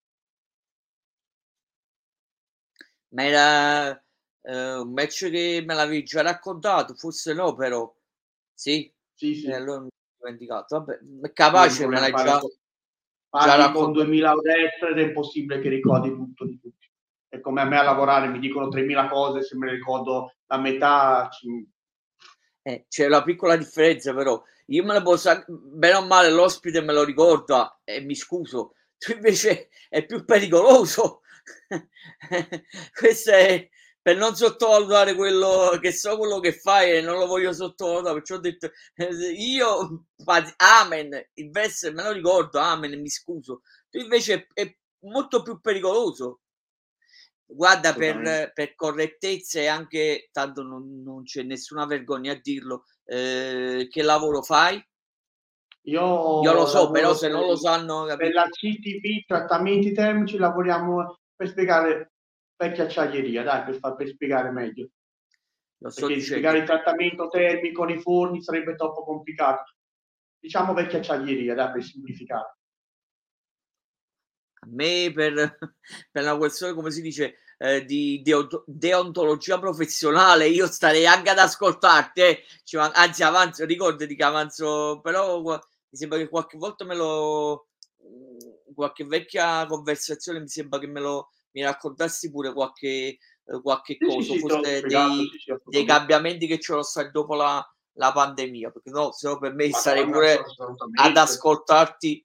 Ma era un match che me l'avevi già raccontato, forse no, però sì, Sì. allora mi ho dimenticato. Vabbè, è capace me l'hai già parli con raccontato. 2000 ed è impossibile che ricordi tutto di tutti. È come a me a lavorare, mi dicono 3000 cose, se me ne ricordo la metà. C'è una piccola differenza, però io me la posso, bene o male l'ospite me lo ricorda e mi scuso, tu invece è più pericoloso. Questo è per non sottovalutare quello che so, quello che fai e non lo voglio sottovalutare, perciò ho detto io amen, il verso me lo ricordo, amen, mi scuso. Tu invece è molto più pericoloso. Guarda, Assolutamente. per correttezza e anche tanto non c'è nessuna vergogna a dirlo, che lavoro fai? Io lo Io so, però lavoro se non lo sanno, per capito? la CTV Trattamenti Termici, lavoriamo per spiegare vecchia acciaieria, dai, per spiegare meglio. Lo sto Perché spiegare dicendo. il trattamento termico nei forni sarebbe troppo complicato. Diciamo vecchia acciaieria, dai, per semplificare. A me per per una questione, come si dice, di deontologia professionale, io starei anche ad ascoltarti, anzi avanzo, ricordati che avanzo, però mi sembra che qualche volta qualche vecchia conversazione mi sembra che mi raccontassi pure qualche Sì, sì, cosa, sì, te l'ho forse spiegato, sì, sì, dei assolutamente. cambiamenti che c'erano stati dopo la pandemia, perché no, se no per me starei Madonna, pure ad assolutamente. ascoltarti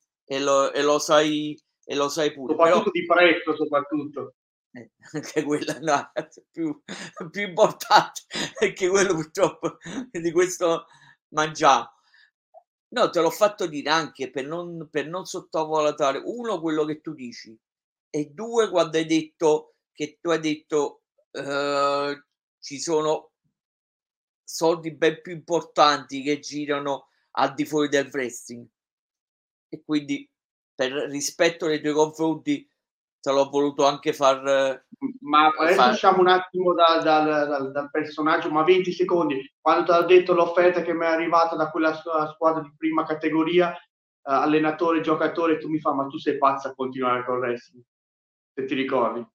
e lo sai pure, però Soprattutto di prezzo, soprattutto. anche quella è una più importante, perché quello purtroppo di questo mangiamo. No, te l'ho fatto dire anche per non sottovalutare, 1 quello che tu dici e 2 quando hai detto che tu hai detto, ci sono soldi ben più importanti che girano al di fuori del wrestling. E quindi per rispetto nei tuoi confronti te l'ho voluto anche Ma adesso far usciamo un attimo dal personaggio, ma 20 secondi. Quando ti ho detto l'offerta che mi è arrivata da quella squadra di prima categoria, allenatore, giocatore, tu mi fai, ma tu sei pazza a continuare col wrestling, se ti ricordi.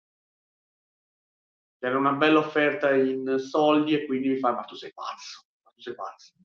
Era una bella offerta in soldi e quindi mi fai, ma tu sei pazzo, ma tu sei pazzo.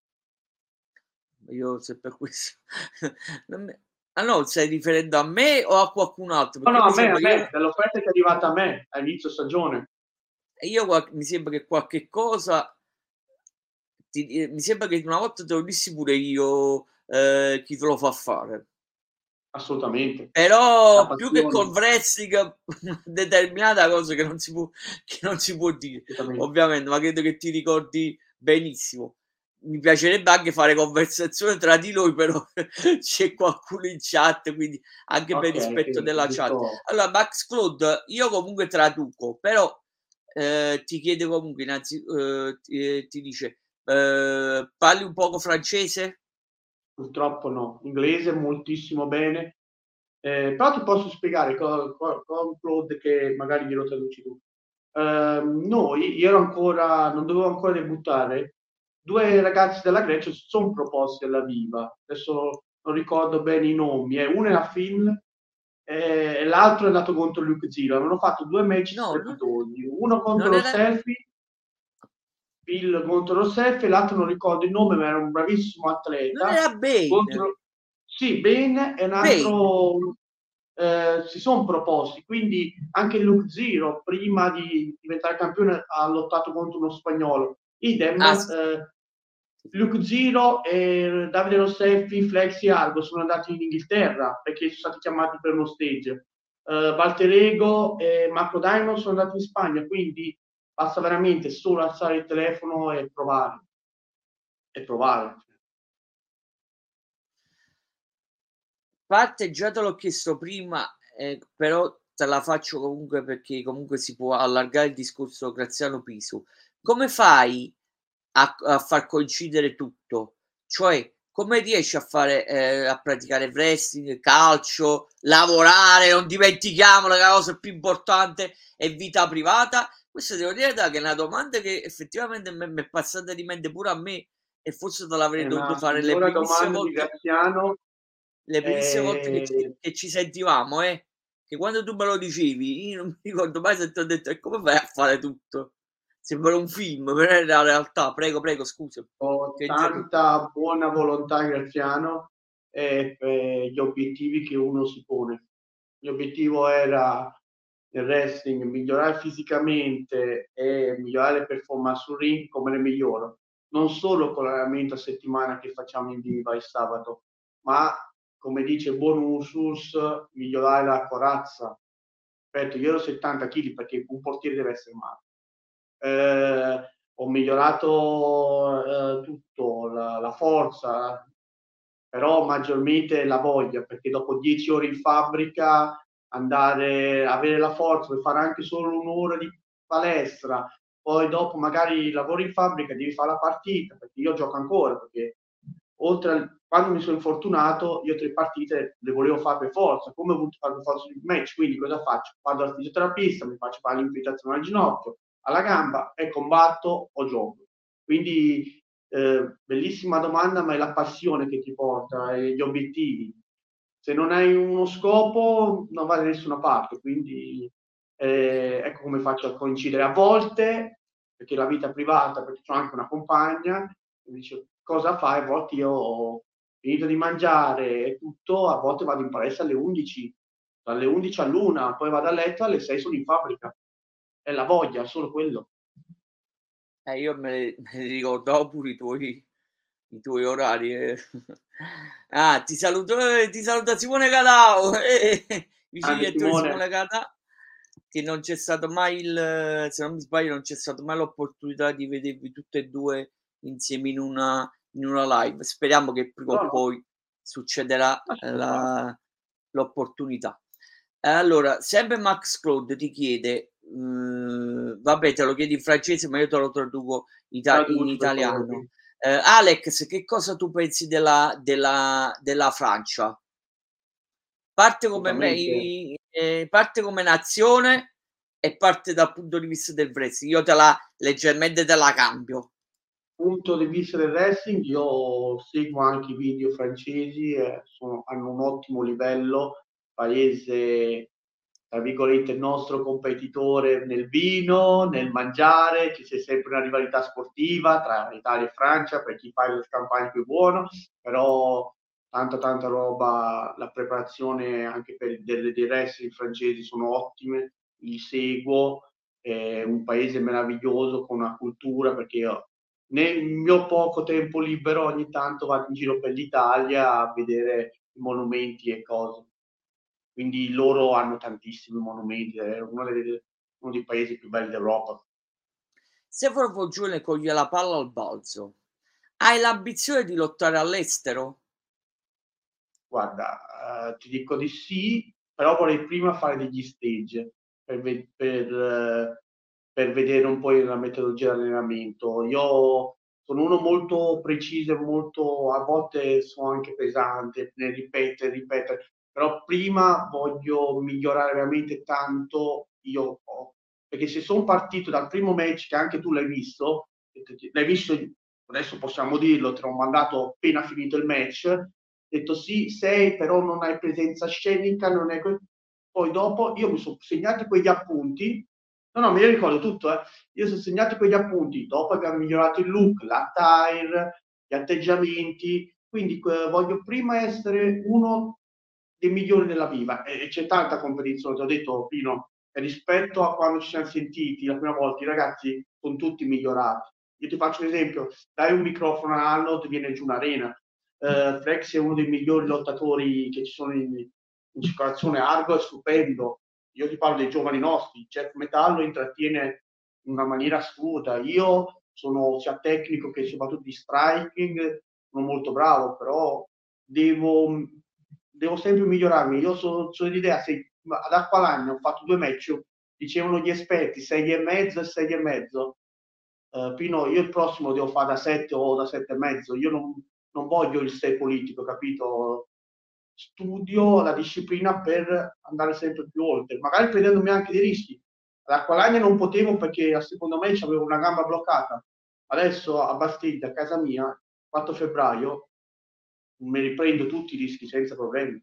io se per questo non me ah no, stai riferendo a me o a qualcun altro? No, Perché no, mi sembra che io dell'offerta che è arrivata a me a inizio stagione. mi sembra che qualche cosa mi sembra che una volta te lo dissi pure io, chi te lo fa fare. Assolutamente. La Però più che col passione, wrestling determinata cosa che non si può dire, assolutamente. ovviamente, ma credo che ti ricordi benissimo. Mi piacerebbe anche fare conversazione tra di noi, però c'è qualcuno in chat, quindi anche per Okay, rispetto che della chat. giusto. Allora, Max Claude, io comunque traduco, però ti chiede comunque ti dice, parli un poco francese? Purtroppo no. Inglese moltissimo bene, però ti posso spiegare con Claude che magari glielo traduci tu. Io ero ancora non dovevo ancora debuttare, 2 ragazzi della Grecia si son proposti alla Viva, adesso non ricordo bene i nomi, uno era Finn, e l'altro è andato contro Luke Zero. Avevano fatto 2 match No, strepitosi, uno contro non lo era Selfie, Phil contro Rousseff e l'altro non ricordo il nome, ma era un bravissimo non atleta. era Bane. Contro sì, Bane e un Bane. altro si son proposti, quindi anche Luke Zero prima di diventare campione ha lottato contro uno spagnolo. Idem, Ah sì, Luke Zero e Davide Rosseffi, Flex e Argo sono andati in Inghilterra perché sono stati chiamati per uno stage. Walter Ego e Marco Diamond sono andati in Spagna, quindi basta veramente solo alzare il telefono e provare. E provare. parte già te l'ho chiesto prima, però te la faccio comunque perché comunque si può allargare il discorso Graziano Pisu. Come fai a far coincidere tutto? Cioè, come riesci a fare a praticare wrestling, calcio, lavorare, non dimentichiamolo che la cosa più importante è vita privata? Questa devo dire che è una domanda che effettivamente m'è passata di mente pure a me e forse te l'avrei È dovuto una fare signora domanda di Graziano. le primissime volte Eh, che ci sentivamo, che quando tu me lo dicevi, io non mi ricordo mai se t'ho detto: "E come fai a fare tutto?" Sembra un film, però è la realtà. Prego, prego, scusa, ho ti ho interrotto. tanta buona volontà, Graziano, per gli obiettivi che uno si pone. Il mio obiettivo era nel wrestling migliorare fisicamente e migliorare le performance sul ring come le miglioro. non solo con l'allenamento a settimana che facciamo in viva il sabato, ma come dice buon Ursus, migliorare la corazza. Aspetta, io ero 70 kg perché un portiere deve essere ho migliorato tutto, la forza, però maggiormente la voglia, perché dopo 10 ore in fabbrica avere la forza per fare anche solo un'ora di palestra, poi dopo magari lavori in fabbrica, devi fare la partita, perché io gioco ancora, perché quando mi sono infortunato, io 3 partite le volevo fare per forza, come ho voluto fare per forza il match, quindi cosa faccio? Vado al fisioterapista, mi faccio fare l'infiltrazione al ginocchio, alla gamba e combatto o gioco. Quindi bellissima domanda, ma è la passione che ti porta e gli obiettivi. Se non hai uno scopo non vai da nessuna parte, quindi ecco come faccio a coincidere a volte, perché la vita privata, perché ho anche una compagna, mi dice cosa fai? A volte io ho finito di mangiare e tutto, a volte vado in palestra alle 11, dalle 11 all'1, poi vado a letto alle 6 sono in fabbrica. È la voglia, solo quello. Io me li ricordavo pure i tuoi orari. Ah, ti saluta Simone Cadao, vicino Grande direttore Simone. Simone Cadà, che non c'è stato mai se non mi sbaglio, non c'è stata mai l'opportunità di vedervi tutte e due insieme in una live. Speriamo che prima No, o no, poi succederà assolutamente. l'opportunità. Allora, sempre Max Claude ti chiede, vabbè, te lo chiedi in francese, ma io te lo traduco in Traduci per italiano. favore. Alex, che cosa tu pensi della Francia? Parte come, Assolutamente. parte come nazione e parte dal punto di vista del wrestling. Io te la leggermente te la cambio. Punto di vista del wrestling, io seguo anche i video francesi, hanno un ottimo livello, paese, tra virgolette, il nostro competitore nel vino, nel mangiare, c'è sempre una rivalità sportiva tra Italia e Francia per chi fa il campagne più buono, però tanta roba, la preparazione anche per dei wrestling francesi sono ottime, li seguo, è un paese meraviglioso con una cultura, perché io nel mio poco tempo libero ogni tanto vado in giro per l'Italia a vedere i monumenti e cose. Quindi loro hanno tantissimi monumenti, è uno dei paesi più belli d'Europa. Se Forgione coglie la palla al balzo, hai l'ambizione di lottare all'estero? Guarda, ti dico di sì, però vorrei prima fare degli stage per vedere un po' la metodologia di allenamento. Io sono uno molto preciso, molto, a volte sono anche pesante nel ripetere, però prima voglio migliorare veramente tanto io, perché se sono partito dal primo match, che anche tu l'hai visto, adesso possiamo dirlo, te l'ho mandato appena finito il match, detto sì, sei, però non hai presenza scenica, non è poi dopo io mi sono segnato quegli appunti, no, me li ricordo tutto, io sono segnato quegli appunti, dopo abbiamo migliorato il look, l'attire, gli atteggiamenti, quindi voglio prima essere uno dei migliori della viva e c'è tanta competizione, ti ho detto Pino, rispetto a quando ci siamo sentiti la prima volta, i ragazzi sono tutti migliorati. Io ti faccio un esempio, dai un microfono a Arnold, viene giù un'arena, Flex è uno dei migliori lottatori che ci sono in circolazione, Argo è stupendo, io ti parlo dei giovani nostri, Jeff Metallo intrattiene in una maniera assurda, io sono sia tecnico che soprattutto di striking, sono molto bravo, però devo sempre migliorarmi, io sono dell'idea, se ad Acqualagna ho fatto 2 match, dicevano gli esperti 6,5 e 6,5, Pino, io il prossimo devo fare da 7 o da 7,5, io non voglio il 6 politico, capito? Studio la disciplina per andare sempre più oltre, magari prendendomi anche dei rischi. All'Acqualagna non potevo perché secondo me avevo una gamba bloccata. Adesso a Bastiglia, a casa mia, 4 febbraio, mi riprendo tutti i rischi senza problemi.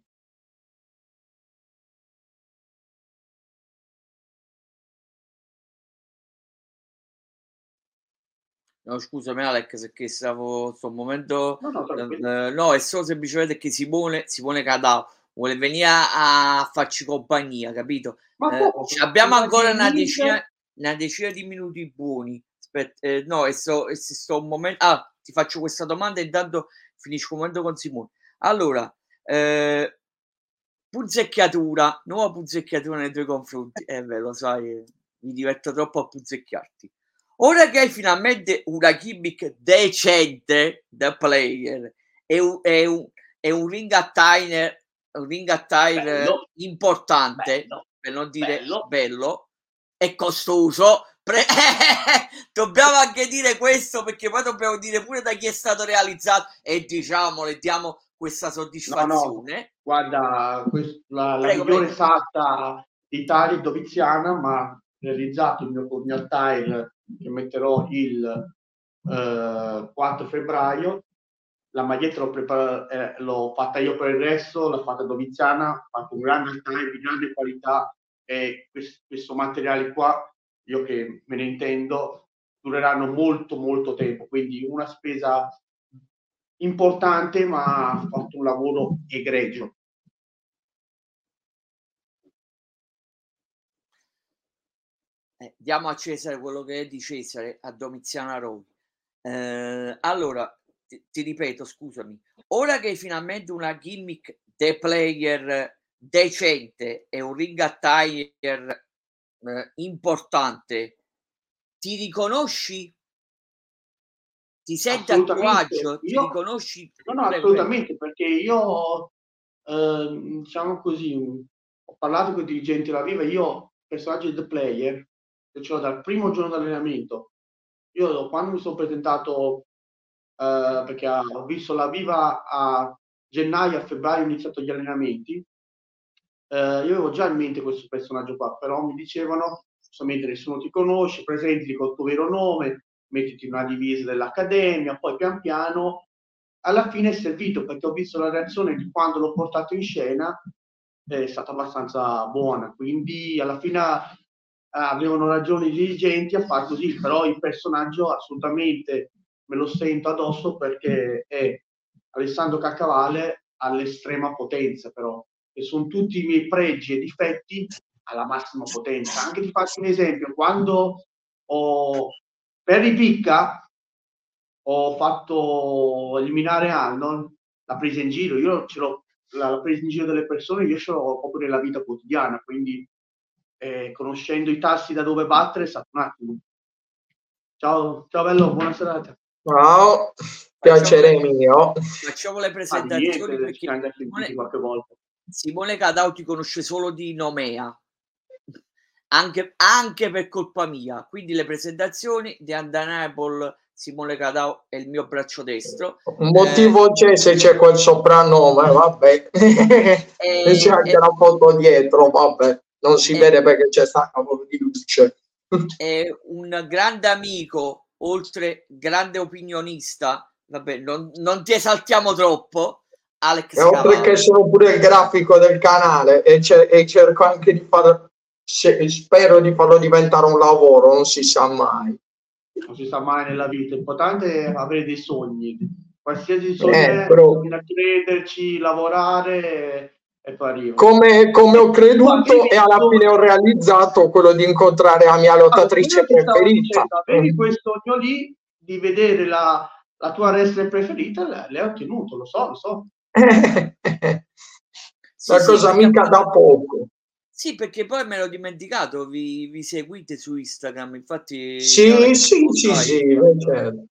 No, scusami Alex, che sto momento, No, no, tranquillo. no, è solo semplicemente che Simone Cadà vuole venire a farci compagnia, capito? Ma poco, Abbiamo una ancora gaming. una decina di minuti buoni. no, sto un momento. Ti faccio questa domanda e intanto finisco un momento con Simone. Allora, punzecchiatura, nuova punzecchiatura nei tuoi confronti. Beh, lo sai, mi diverto troppo a punzecchiarti. Ora che hai finalmente una gimmick decente da player e un ring attire Bello, importante, bello, per non dire bello. bello e costoso. Dobbiamo anche dire questo, perché poi dobbiamo dire pure da chi è stato realizzato e diciamolo e diamo questa No, soddisfazione. guarda, la Prego, migliore prego. sarta d'Italia è Doviziana, ma realizzato il mio attire che metterò il 4 febbraio. La maglietta l'ho fatta io per il resto, l'ho fatta Doviziana, ho fatto un grande attire di grande qualità e questo materiale qua, io che me ne intendo, dureranno molto molto tempo, quindi una spesa importante, ma ha fatto un lavoro egregio. Diamo a Cesare quello che è di Cesare, a Domiziano Roma. Allora, ti ripeto, scusami, ora che hai finalmente una gimmick de player decente e un ring attire importante, ti riconosci? Ti senti a tuo Assolutamente. agio? Ti riconosci? No, Prego, prego. assolutamente, perché io, diciamo così, ho parlato con i dirigenti della Viva, io personaggio di The Player, che ce l'ho dal primo giorno di allenamento. Io quando mi sono presentato, perché ho visto la Viva a gennaio, a febbraio ho iniziato gli allenamenti, io avevo già in mente questo personaggio qua, però mi dicevano, giustamente nessuno ti conosce, presentati col tuo vero nome, mettiti in una divisa dell'accademia, poi pian piano, alla fine è servito, perché ho visto la reazione di quando l'ho portato in scena, è stata abbastanza buona, quindi alla fine avevano ragione i dirigenti a far così, però il personaggio assolutamente me lo sento addosso perché è Alessandro Caccavale all'estrema potenza, però e sono tutti i miei pregi e difetti alla massima potenza. Anche ti faccio un esempio, quando per ripicca ho fatto eliminare Arnold, l'ha presa in giro, io ce l'ho, la presa in giro delle persone, io ce l'ho proprio nella vita quotidiana, quindi conoscendo i tassi da dove battere, sa un attimo. Ciao, ciao bello, buona serata. Ciao, piacere mio. Facciamo le Di presentazioni niente, ci perché siamo già sentiti qualche volta. Simone Cadau ti conosce solo di nomea, anche per colpa mia. Quindi le presentazioni di Undeniable Simone Cadau è il mio braccio destro. Un motivo c'è se c'è quel soprannome, vabbè. E c'è anche la foto dietro, vabbè. Non si vede perché c'è stata un po' di luce. È un grande amico, oltre grande opinionista. Vabbè, non ti esaltiamo troppo. Alex E oltre che sono pure il grafico del canale e cerco anche di fare, spero di farlo diventare un lavoro, non si sa mai. Non si sa mai nella vita, l'importante è avere dei sogni. Qualsiasi sogno è, bisogna crederci, lavorare e poi arriva. Come ho creduto e alla fine ho realizzato quello di incontrare la mia lottatrice preferita. Avevi questo sogno lì di vedere la tua wrestler preferita, l'hai ottenuto, lo so. La cosa mica da poco. Sì, perché poi me l'ho dimenticato, vi seguite su Instagram, infatti. Sì, certo.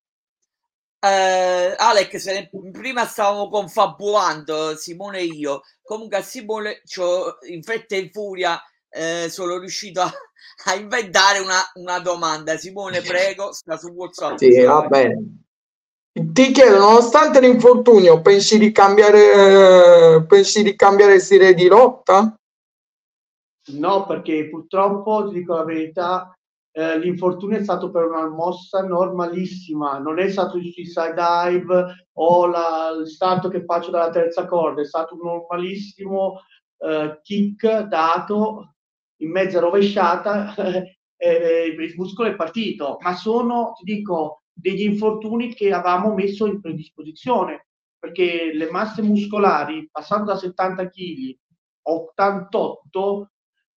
Alex, prima stavamo confabulando Simone e io. Comunque a Simone in fretta e in furia sono riuscito a inventare una domanda. Simone, prego, sta su WhatsApp. Sì, va bene. Ti chiedo, nonostante l'infortunio, pensi di cambiare stile di lotta? No, perché purtroppo, ti dico la verità, l'infortunio è stato per una mossa normalissima, non è stato il suicide dive o il salto che faccio dalla terza corda, è stato un normalissimo kick dato in mezza rovesciata il muscolo è partito, ma sono, ti dico, degli infortuni che avevamo messo in predisposizione, perché le masse muscolari, passando da 70 kg a 88,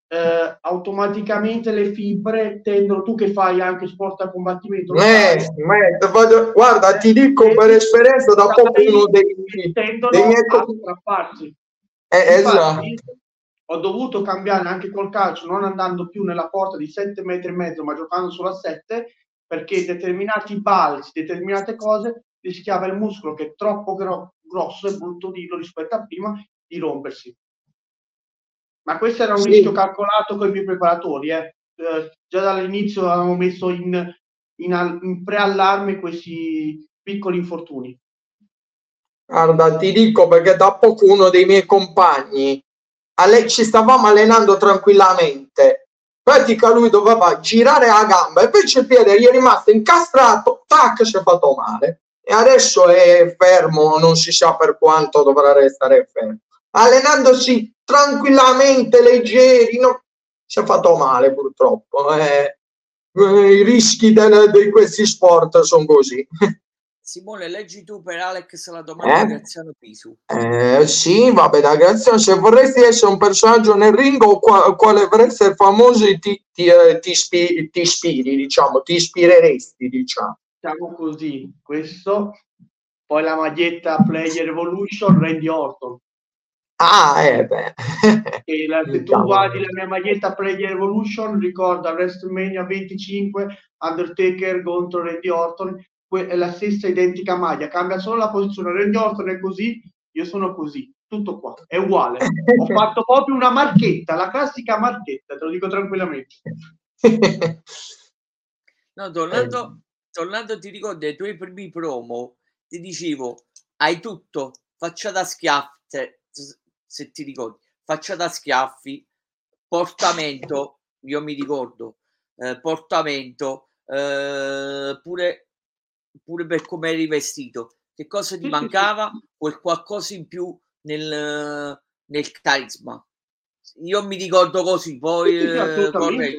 automaticamente le fibre tendono, tu che fai anche sport a combattimento, guarda, ti dico per esperienza da poco uno dei tendono miei a strapparsi. esatto. Ho dovuto cambiare anche col calcio, non andando più nella porta di 7,5 metri, ma giocando solo a 7, perché determinati balzi, determinate cose, rischiava il muscolo, che è troppo grosso e brutto dirlo rispetto a prima, di rompersi. Ma questo era un rischio calcolato con i miei preparatori. Già dall'inizio avevamo messo in preallarme questi piccoli infortuni. Guarda, ti dico perché da poco uno dei miei compagni ci stavamo allenando tranquillamente. In pratica lui doveva girare la gamba e invece il piede gli è rimasto incastrato, tac, si è fatto male. E adesso è fermo, non si sa per quanto dovrà restare fermo. Allenandosi tranquillamente, leggeri, no? Si è fatto male purtroppo. I rischi di questi sport sono così. Simone, leggi tu per Alex la domanda di Graziano Pisu. Sì, vabbè, da Graziano, se vorresti essere un personaggio nel ring o quale per essere famoso ti ispiri, diciamo, ti ispireresti, diciamo. Diciamo così, questo, poi la maglietta Player Evolution, Randy Orton. Beh. E se tu guardi la mia maglietta Player Evolution, ricorda WrestleMania 25, Undertaker contro Randy Orton, è la stessa identica maglia, cambia solo la posizione. Randy Orton è così, io sono così, tutto qua, è uguale. Ho fatto proprio una marchetta, la classica marchetta, te lo dico tranquillamente. No, tornando, ti ricordi ai tuoi primi promo, ti dicevo, hai tutto, facciata a schiaffi, se ti ricordi, facciata a schiaffi, portamento, io mi ricordo, portamento, pure per come eri vestito. Che cosa ti mancava? Quel qualcosa in più nel carisma. Io mi ricordo così, poi assolutamente.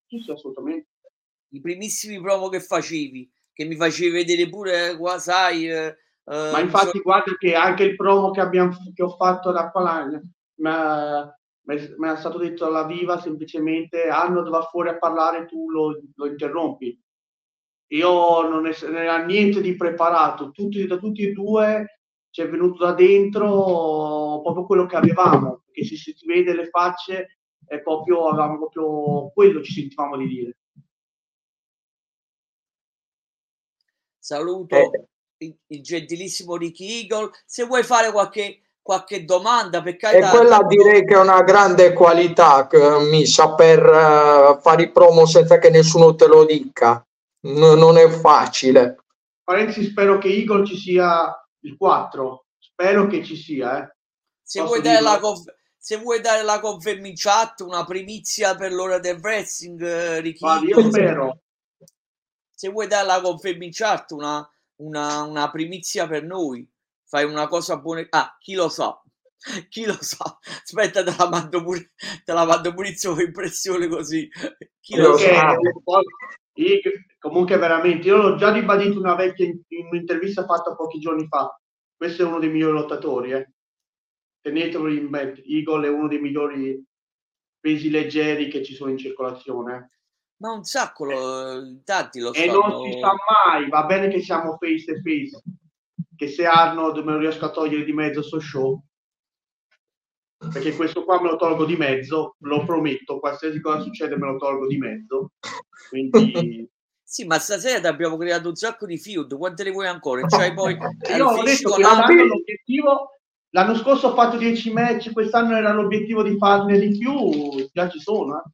I primissimi promo che facevi, che mi facevi vedere pure qua, sai. Ma infatti guarda che anche il promo che ho fatto da Palagna mi è stato detto alla viva semplicemente Arnold va fuori a parlare, tu lo interrompi. Io non era niente di preparato, da tutti e due ci è venuto da dentro proprio quello che avevamo, che se si vede le facce è proprio, avevamo proprio quello, ci sentivamo di dire. Saluto il gentilissimo Ricky Eagle. Se vuoi fare qualche domanda, per carità, e quella direi che è una grande qualità, saper fare i promo senza che nessuno te lo dica. Non è facile. Parentesi, spero che Eagle ci sia il 4, spero che ci sia. Se vuoi dare la conferma in chat, una primizia per l'ora del wrestling, Ricky Eagle. Io spero. Se vuoi dare la conferma in chat, una primizia per noi, fai una cosa buona. Ah, chi lo sa? Chi lo sa? Aspetta, te la mando pure in sovraimpressione così. Chi lo sa? Comunque veramente, io l'ho già ribadito in un'intervista fatta pochi giorni fa. Questo è uno dei migliori lottatori, Tenetelo in mente, Eagle è uno dei migliori pesi leggeri che ci sono in circolazione. Ma un sacco, tanti lo sanno. E non si sa mai, va bene che siamo face to face, che se Arnold me lo riesco a togliere di mezzo sto show, perché questo qua me lo tolgo di mezzo, lo prometto, qualsiasi cosa succede me lo tolgo di mezzo, quindi... Sì, ma stasera abbiamo creato un sacco di feud, quante ne vuoi ancora? Cioè, poi io ho detto che l'obiettivo, l'anno scorso ho fatto 10 match, quest'anno era l'obiettivo di farne di più, già ci sono.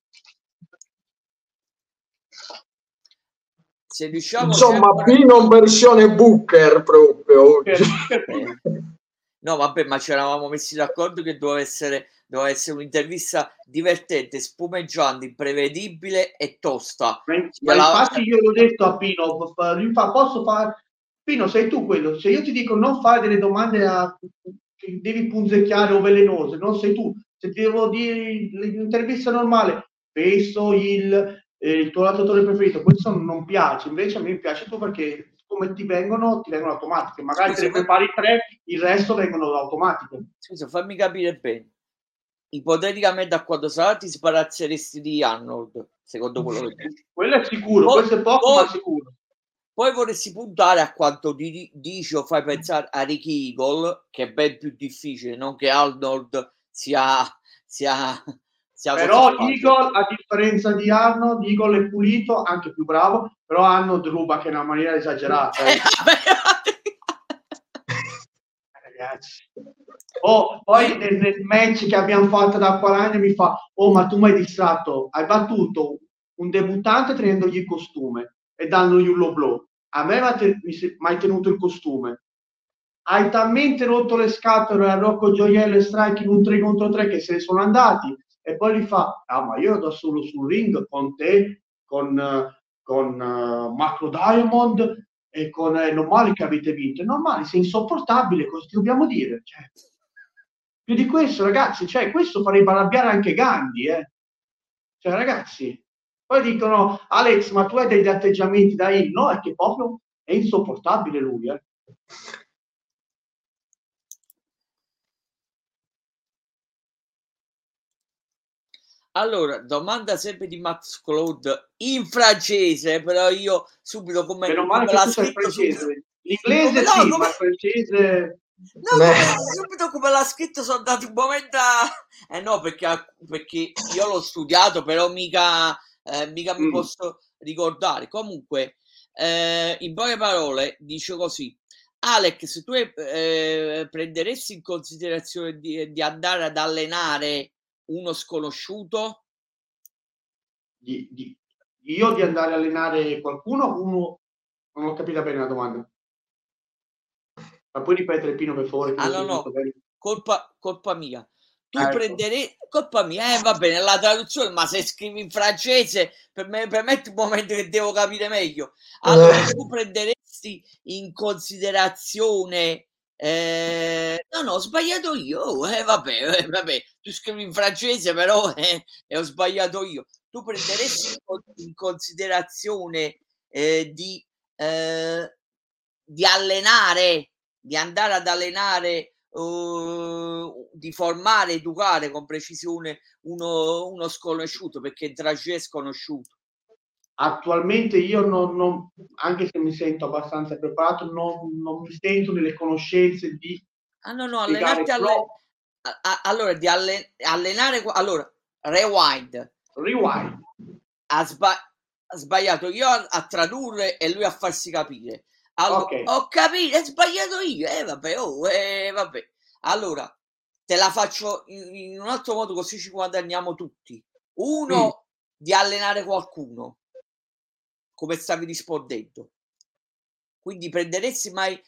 Se riusciamo insomma, Pino in versione Booker proprio. No, vabbè, ma ci eravamo messi d'accordo che doveva essere un'intervista divertente, spumeggiante, imprevedibile e tosta. Ma infatti io l'ho detto a Pino, posso fare... Pino, sei tu quello, se io ti dico non fare delle domande che devi punzecchiare o velenose, non sei tu. Se ti devo dire l'intervista normale, penso il tuo lottatore preferito, questo non piace, invece a me piace tu perché come ti vengono automatiche, magari te ne prepari 3, il resto vengono automatiche. Scusa, fammi capire bene. ipoteticamente a quando sarà ti sparazzeresti di Arnold, secondo quello che dici. Quello è sicuro, Poi- questo è poco poi- ma sicuro. Poi vorresti puntare a quanto dici o fai pensare a Ricky Eagle, che è ben più difficile, non che Arnold sia Però così facile. Eagle, a differenza di Arnold, Eagle è pulito, anche più bravo, però Arnold ruba che è una maniera esagerata. Ragazzi. Poi nel match che abbiamo fatto da 40 anni mi fa: oh, ma tu mi hai distratto, hai battuto un debuttante tenendogli il costume e dandogli un low blow, a me mi hai tenuto il costume, hai talmente rotto le scatole a Rocco Gioiello e Strike in un 3 contro 3 che se ne sono andati, e poi gli fa: ah, ma io da solo sul ring con te, con Marco Diamond e con è normale che avete vinto. È normale, sei insopportabile, cosa ti dobbiamo dire? Cioè, più di questo, ragazzi, cioè, questo farebbe arrabbiare anche Gandhi, Cioè, ragazzi, poi dicono: Alex, ma tu hai degli atteggiamenti da heel? No, è che proprio è insopportabile lui, Allora, domanda sempre di Max Claude in francese, però io subito come che l'ha tu sei scritto subito. francese. L'inglese sì, ma il francese... Subito come l'ha scritto sono andato un momento no, perché io l'ho studiato, però mica mi posso ricordare. Comunque, in poche parole, dice così: Alex, se tu prenderesti in considerazione di andare ad allenare uno sconosciuto? Io di andare a allenare qualcuno, uno... Non ho capito bene la domanda. Ma puoi ripetere, Pino, per favore? Che No, colpa mia. Tu prenderei colpa mia, va bene, la traduzione, ma se scrivi in francese, permetti un momento che devo capire meglio. Allora, tu prenderesti in considerazione no, ho sbagliato io. Vabbè, tu scrivi in francese, però ho sbagliato io. Tu prenderesti in considerazione di allenare, di andare ad allenare, di formare, educare con precisione uno sconosciuto, perché Dragé è sconosciuto. Attualmente io non, anche se mi sento abbastanza preparato, non mi sento nelle conoscenze di allenarti allora di allenare, allora rewind. Ha sbagliato io a tradurre e lui a farsi capire. Allora, okay. Ho capito, è sbagliato io, vabbè. Allora, te la faccio in un altro modo, così ci guadagniamo tutti. Uno, di allenare qualcuno, come stavi rispondendo. Quindi avresti mai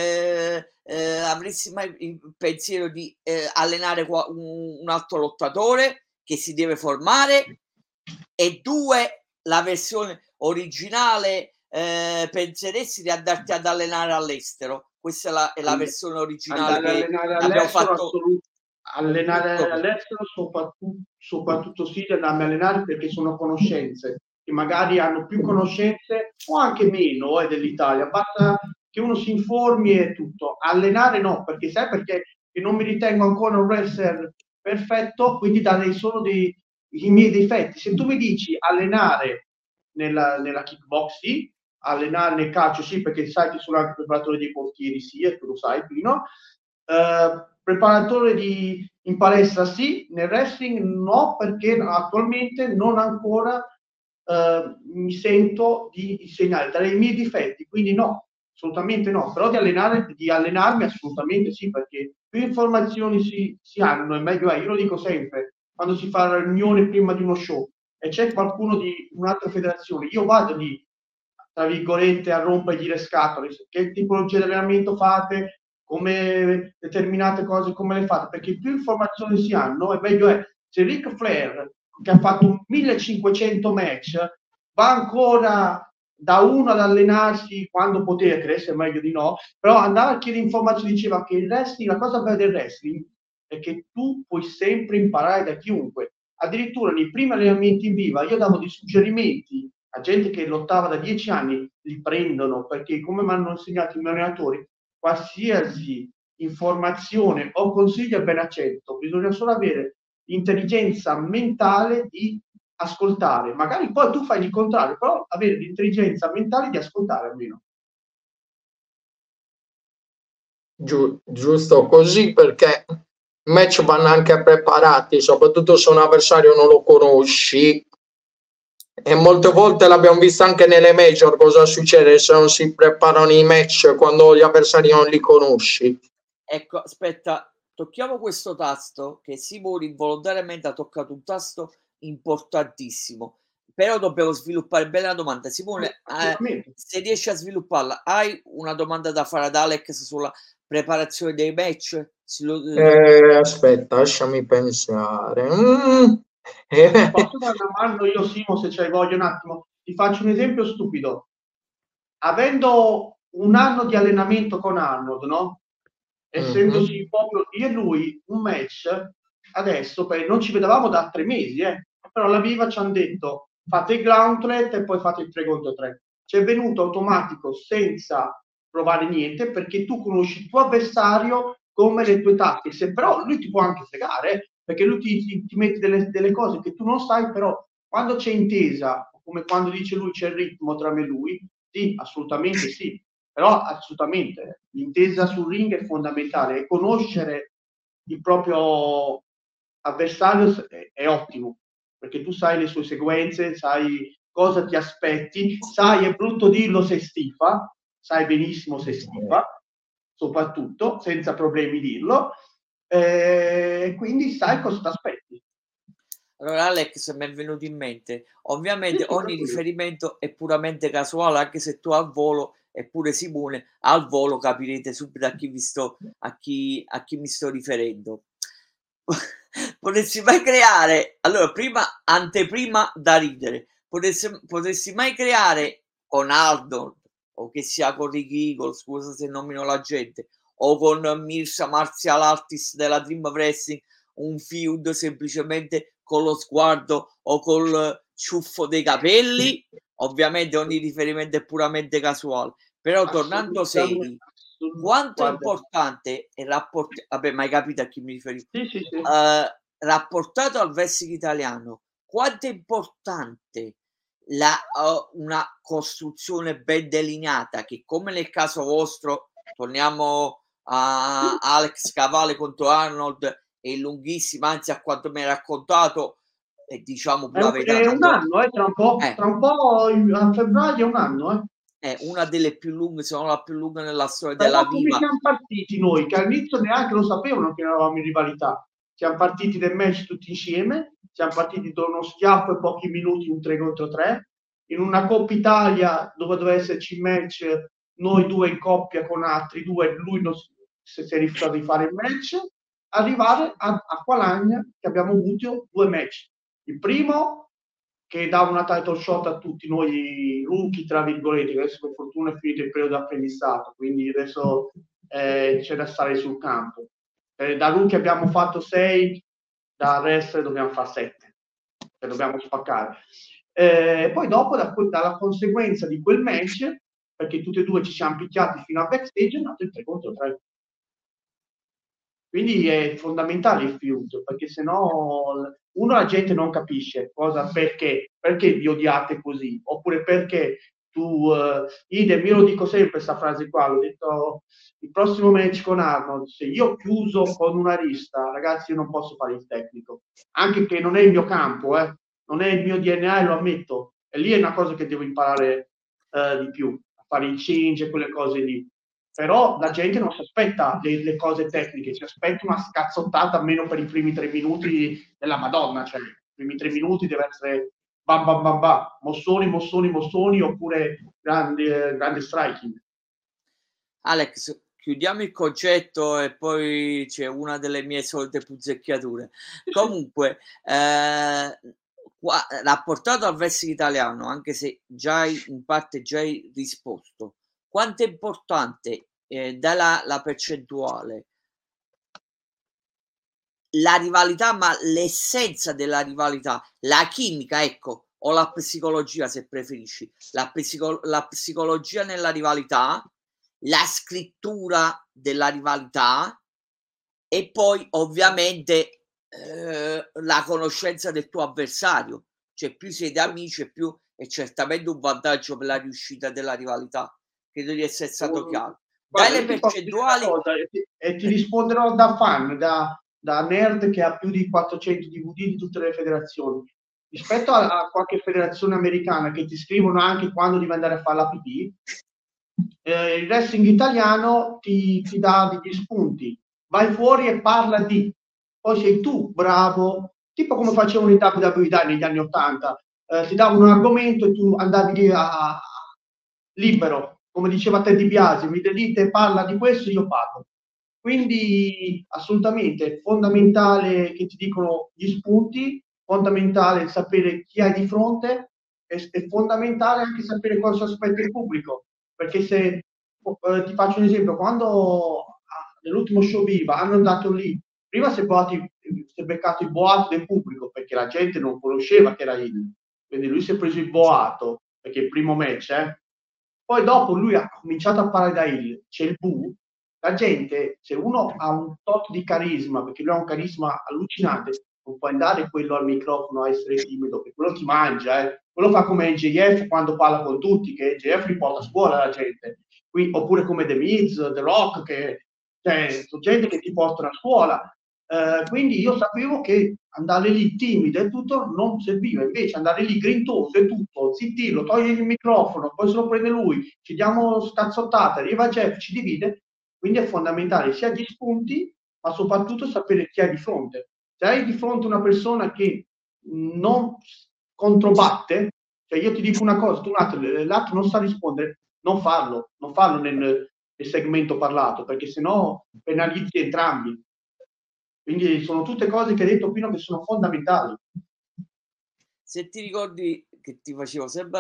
il pensiero di allenare un altro lottatore che si deve formare? E due, la versione originale, penseresti di andarti ad allenare all'estero? Questa è la versione originale che abbiamo fatto. Allenare all'estero, soprattutto sì, di andarmi a allenare, perché sono conoscenze che magari hanno più conoscenze o anche meno dell'Italia. Basta che uno si informi e tutto. Allenare no, perché sai perché? Che non mi ritengo ancora un wrestler perfetto, quindi darei solo i miei difetti. Se tu mi dici allenare nella kickbox, sì, allenare nel calcio, sì, perché sai che sono anche preparatore dei portieri, sì, e tu lo sai, Pino. Preparatore in palestra, sì, nel wrestling no, perché attualmente non ancora mi sento di insegnare, dare i miei difetti, quindi no, assolutamente no, però di allenarmi assolutamente sì, perché più informazioni si hanno e meglio è. Io lo dico sempre, quando si fa la riunione prima di uno show e c'è qualcuno di un'altra federazione, io vado lì, tra virgolette, a rompergli le scatole, che tipologia di allenamento fate, come determinate cose, come le fate, perché più informazioni si hanno e meglio è. Se Ric Flair, che ha fatto 1500 match, va ancora da uno ad allenarsi quando poteva, che adesso è meglio di no, però andava a chiedere informazioni, diceva che il wrestling, la cosa bella del wrestling è che tu puoi sempre imparare da chiunque. Addirittura nei primi allenamenti in viva io davo dei suggerimenti a gente che lottava da 10 anni, li prendono, perché come mi hanno insegnato i miei allenatori, qualsiasi informazione o consiglio è ben accetto, bisogna solo avere l'intelligenza mentale di ascoltare. Magari poi tu fai il contrario, però avere l'intelligenza mentale di ascoltare almeno. Giusto così, perché i match vanno anche preparati, soprattutto se un avversario non lo conosci. E molte volte l'abbiamo visto anche nelle major cosa succede se non si preparano i match quando gli avversari non li conosci. Ecco, aspetta, tocchiamo questo tasto, che Simone involontariamente ha toccato un tasto importantissimo, però dobbiamo sviluppare bene la domanda. Simone, se riesci a svilupparla, hai una domanda da fare ad Alex sulla preparazione dei match? Aspetta, lasciami pensare. Posso dare una mano io, Simo, se c'hai voglia un attimo? Ti faccio un esempio stupido. Avendo un anno di allenamento con Arnold, no? Essendoci proprio io e lui un match, adesso non ci vedevamo da 3 mesi, però la Viva ci hanno detto fate il gauntlet e poi fate il 3 contro 3. Ci è venuto automatico senza provare niente, perché tu conosci il tuo avversario come le tue tattiche, però lui ti può anche fregare, perché lui ti mette delle cose che tu non sai, però quando c'è intesa, come quando dice lui c'è il ritmo tra me e lui, sì, assolutamente sì, però assolutamente l'intesa sul ring è fondamentale e conoscere il proprio avversario è ottimo, perché tu sai le sue sequenze, sai cosa ti aspetti, sai, è brutto dirlo se stifa, sai benissimo se stifa, soprattutto, senza problemi dirlo, quindi sai cosa ti aspetti. Allora Alex, mi è venuto in mente, ovviamente ogni riferimento è puramente casuale, anche se tu al volo, eppure Simone, al volo capirete subito a chi mi sto riferendo. Potresti mai creare, allora prima anteprima da ridere, potresti mai creare con Arnold, o che sia con Ricky Eagle, scusa se nomino la gente, o con Mirsha Martial Artist della Dream Wrestling, un feud semplicemente con lo sguardo o col ciuffo dei capelli? Ovviamente ogni riferimento è puramente casuale, però tornando seri, quanto è importante il rapporto, vabbè, ma hai capito a chi mi riferisco? Sì. Rapportato al wrestling italiano, quanto è importante una costruzione ben delineata, che come nel caso vostro, torniamo a Alex Cavale contro Arnold, è lunghissima, anzi a quanto mi hai raccontato, e diciamo pure la verità, è un anno, tra un po' a febbraio è un anno, è una delle più lunghe, se non la più lunga nella storia però della come Viva. siamo partiti noi, che all'inizio neanche lo sapevano che eravamo in rivalità, siamo partiti del match tutti insieme, siamo partiti da uno schiaffo e pochi minuti, un 3 contro 3, in una Coppa Italia dove doveva esserci il match, noi due in coppia con altri due, lui si è rifiutato di fare il match, arrivare a Qualagna che abbiamo avuto 2 match. Il primo che dà una title shot a tutti noi rookie, tra virgolette, che adesso per fortuna è finito il periodo apprendistato, quindi adesso c'è da stare sul campo. Da rookie abbiamo fatto 6, da wrestler dobbiamo fare 7, cioè dobbiamo spaccare. Poi dopo, dalla conseguenza di quel match, perché tutti e due ci siamo picchiati fino a backstage, è nato il 3 contro 3. Quindi è fondamentale il feud, perché sennò la gente non capisce perché vi odiate così, oppure perché tu, idem, io lo dico sempre questa frase qua, l'ho detto il prossimo match con Arnold, se io chiuso con una rista, ragazzi, io non posso fare il tecnico, anche che non è il mio campo, non è il mio DNA e lo ammetto, e lì è una cosa che devo imparare di più, a fare il change e quelle cose lì. Però la gente non si aspetta le cose tecniche, si aspetta una scazzottata almeno per i primi 3 minuti della Madonna, cioè i primi 3 minuti deve essere bam bam bam bam, mossoni, oppure grande striking. Alex, chiudiamo il concetto e poi c'è una delle mie solite puzzecchiature. Comunque, rapportato al wrestling italiano, anche se in parte già hai risposto, quanto è importante, dalla la percentuale, la rivalità, ma l'essenza della rivalità, la chimica, ecco, o la psicologia se preferisci, la psicologia nella rivalità, la scrittura della rivalità e poi ovviamente la conoscenza del tuo avversario, cioè più siete amici e più è certamente un vantaggio per la riuscita della rivalità. Credo di essere stato chiaro. Dai Guarda, le io ti posso dire una percentuali. cosa e ti risponderò da fan, da nerd che ha più di 400 DVD di tutte le federazioni. Rispetto a qualche federazione americana che ti scrivono anche quando devi andare a fare la pipì, il wrestling italiano ti dà degli spunti. Vai fuori e parla di. Poi sei tu bravo, tipo come facevano i WWE negli anni 80. Ti davano un argomento e tu andavi lì libero, come diceva Ted Biasi, mi dite e parla di questo, io parlo. Quindi assolutamente è fondamentale che ti dicono gli spunti, fondamentale sapere chi hai di fronte, è fondamentale anche sapere cosa aspetta il pubblico, perché se ti faccio un esempio, quando nell'ultimo show Viva hanno andato lì, prima si è beccato il boato del pubblico perché la gente non conosceva che era il, quindi lui si è preso il boato perché è il primo match, poi dopo lui ha cominciato a parlare da il, c'è il bu, la gente, se uno ha un tot di carisma, perché lui ha un carisma allucinante, non può andare quello al microfono a essere timido, perché quello ti mangia, quello fa come NJF quando parla con tutti, che NJF li porta a scuola la gente, oppure come The Miz, The Rock, che sono gente che ti portano a scuola. Quindi io sapevo che andare lì timido e tutto non serviva, invece andare lì grintoso e tutto, zittirlo, togliere il microfono, poi se lo prende lui, ci diamo scazzottate, arriva Jeff, ci divide, quindi è fondamentale sia gli spunti, ma soprattutto sapere chi hai di fronte. Se hai di fronte una persona che non controbatte, cioè io ti dico una cosa, tu l'altro non sa rispondere, non farlo nel segmento parlato, perché sennò penalizzi entrambi. Quindi sono tutte cose che hai detto Pino che sono fondamentali. Se ti ricordi che ti facevo sempre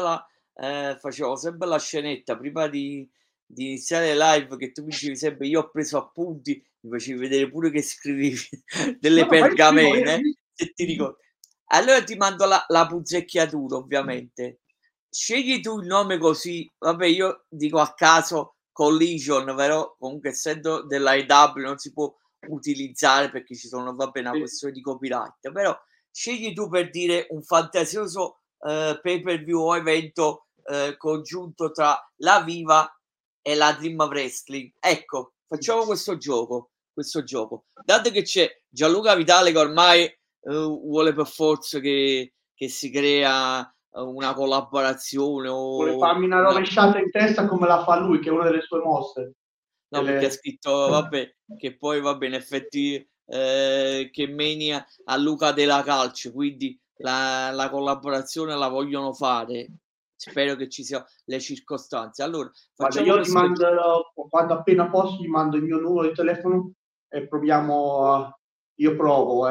la scenetta prima di iniziare live, che tu mi dicevi sempre io ho preso appunti, mi facevi vedere pure che scrivevi delle pergamene, se ti ricordi. Allora ti mando la punzecchiatura, ovviamente. Scegli tu il nome così, vabbè, io dico a caso Collision, però comunque essendo dell'AEW non si può utilizzare perché ci sono, va bene, una questione di copyright, però scegli tu per dire un fantasioso pay per view o evento congiunto tra la Viva e la Dream Wrestling. Ecco, facciamo questo gioco, dato che c'è Gianluca Vitale che ormai vuole per forza che si crea una collaborazione o vuole farmi una rovesciata in testa come la fa lui, che è una delle sue mosse. No, perché ha scritto, vabbè, che poi, vabbè, in effetti che menia a Luca della Calcio, quindi la collaborazione la vogliono fare. Spero che ci siano le circostanze. Allora, facciamo io ti mando, quando appena posso, gli mando il mio numero di telefono e proviamo. Io provo,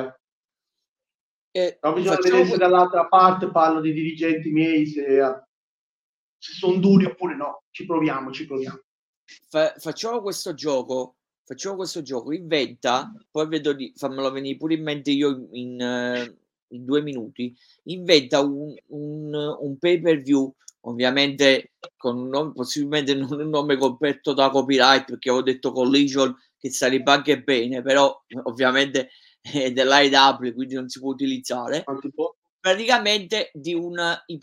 Ho bisogno di essere dall'altra parte, parlo dei dirigenti miei, se sono duri oppure no. Ci proviamo. Facciamo questo gioco, inventa, poi vedo di farmelo venire pure in mente io in 2 minuti, inventa un pay per view, ovviamente con un nome, possibilmente non un nome coperto da copyright, perché avevo detto Collision, che sarebbe anche bene, però ovviamente è dell'AEW, quindi non si può utilizzare. Praticamente di un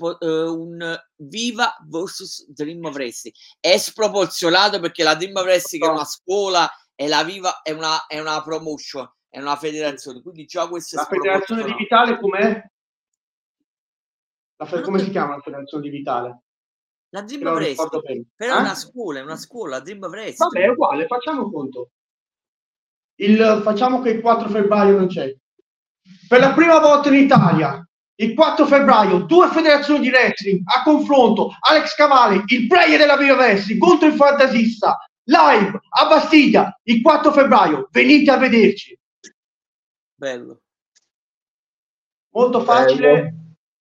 Viva vs Dream Wrestling. È sproporzionato perché la Dream Wrestling è una scuola e la Viva è una promotion, è una federazione, quindi già questo è la federazione di Vitale com'è? Come si chiama la federazione di Vitale? La Dream Wrestling, però è una scuola, Dream Wrestling. Vabbè, è uguale, facciamo conto. Facciamo che il 4 febbraio non c'è. Per la prima volta in Italia, il 4 febbraio, 2 federazioni di wrestling a confronto. Alex Cavale, il player della Viva Wrestling, contro il fantasista, live a Bastiglia, il 4 febbraio. Venite a vederci. Bello. Molto facile.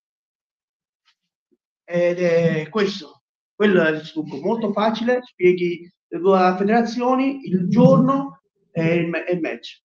Ed è questo. Quello è il trucco. Molto facile. Spieghi le 2 federazioni, il giorno e il match.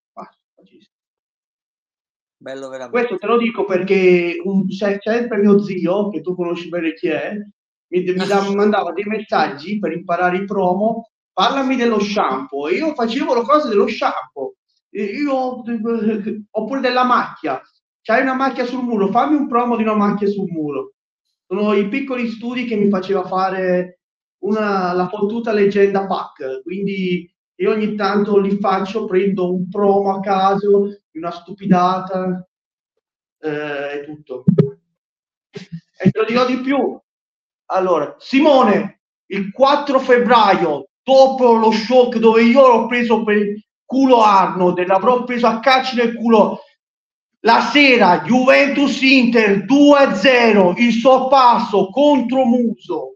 Bello veramente. Questo te lo dico perché sempre mio zio, che tu conosci bene chi è, mi mandava dei messaggi per imparare il promo, parlami dello shampoo, e io facevo le cose dello shampoo, oppure della macchia. C'hai una macchia sul muro, fammi un promo di una macchia sul muro. Sono i piccoli studi che mi faceva fare la fottuta leggenda pack, quindi io ogni tanto li faccio, prendo un promo a caso, una stupidata e tutto. E te lo dirò di più. Allora, Simone, il 4 febbraio, dopo lo shock dove io l'ho preso per il culo Arnold e l'avrò preso a calci nel culo, la sera Juventus-Inter 2-0, il sorpasso contro Muso.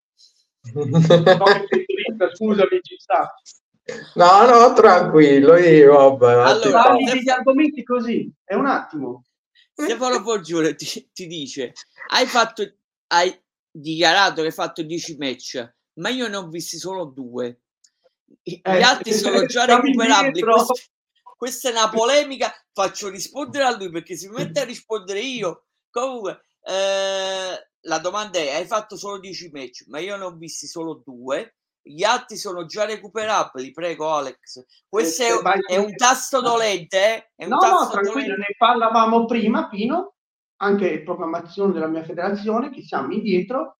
Scusami, ci sta. No, tranquillo, io vabbè. Allora, degli argomenti così, è un attimo. Stefano Poggione ti dice: hai dichiarato che hai fatto 10 match, ma io ne ho visti solo 2. Gli altri sono già recuperabili. Questa è una polemica. Faccio rispondere a lui, perché se mi mette a rispondere io, comunque la domanda è: hai fatto solo 10 match, ma io ne ho visti solo 2. Gli altri sono già recuperabili. Prego, Alex. Questo è un tasto dolente, eh? No, tranquillo, ne parlavamo prima, Pino, anche programmazione della mia federazione, che siamo indietro.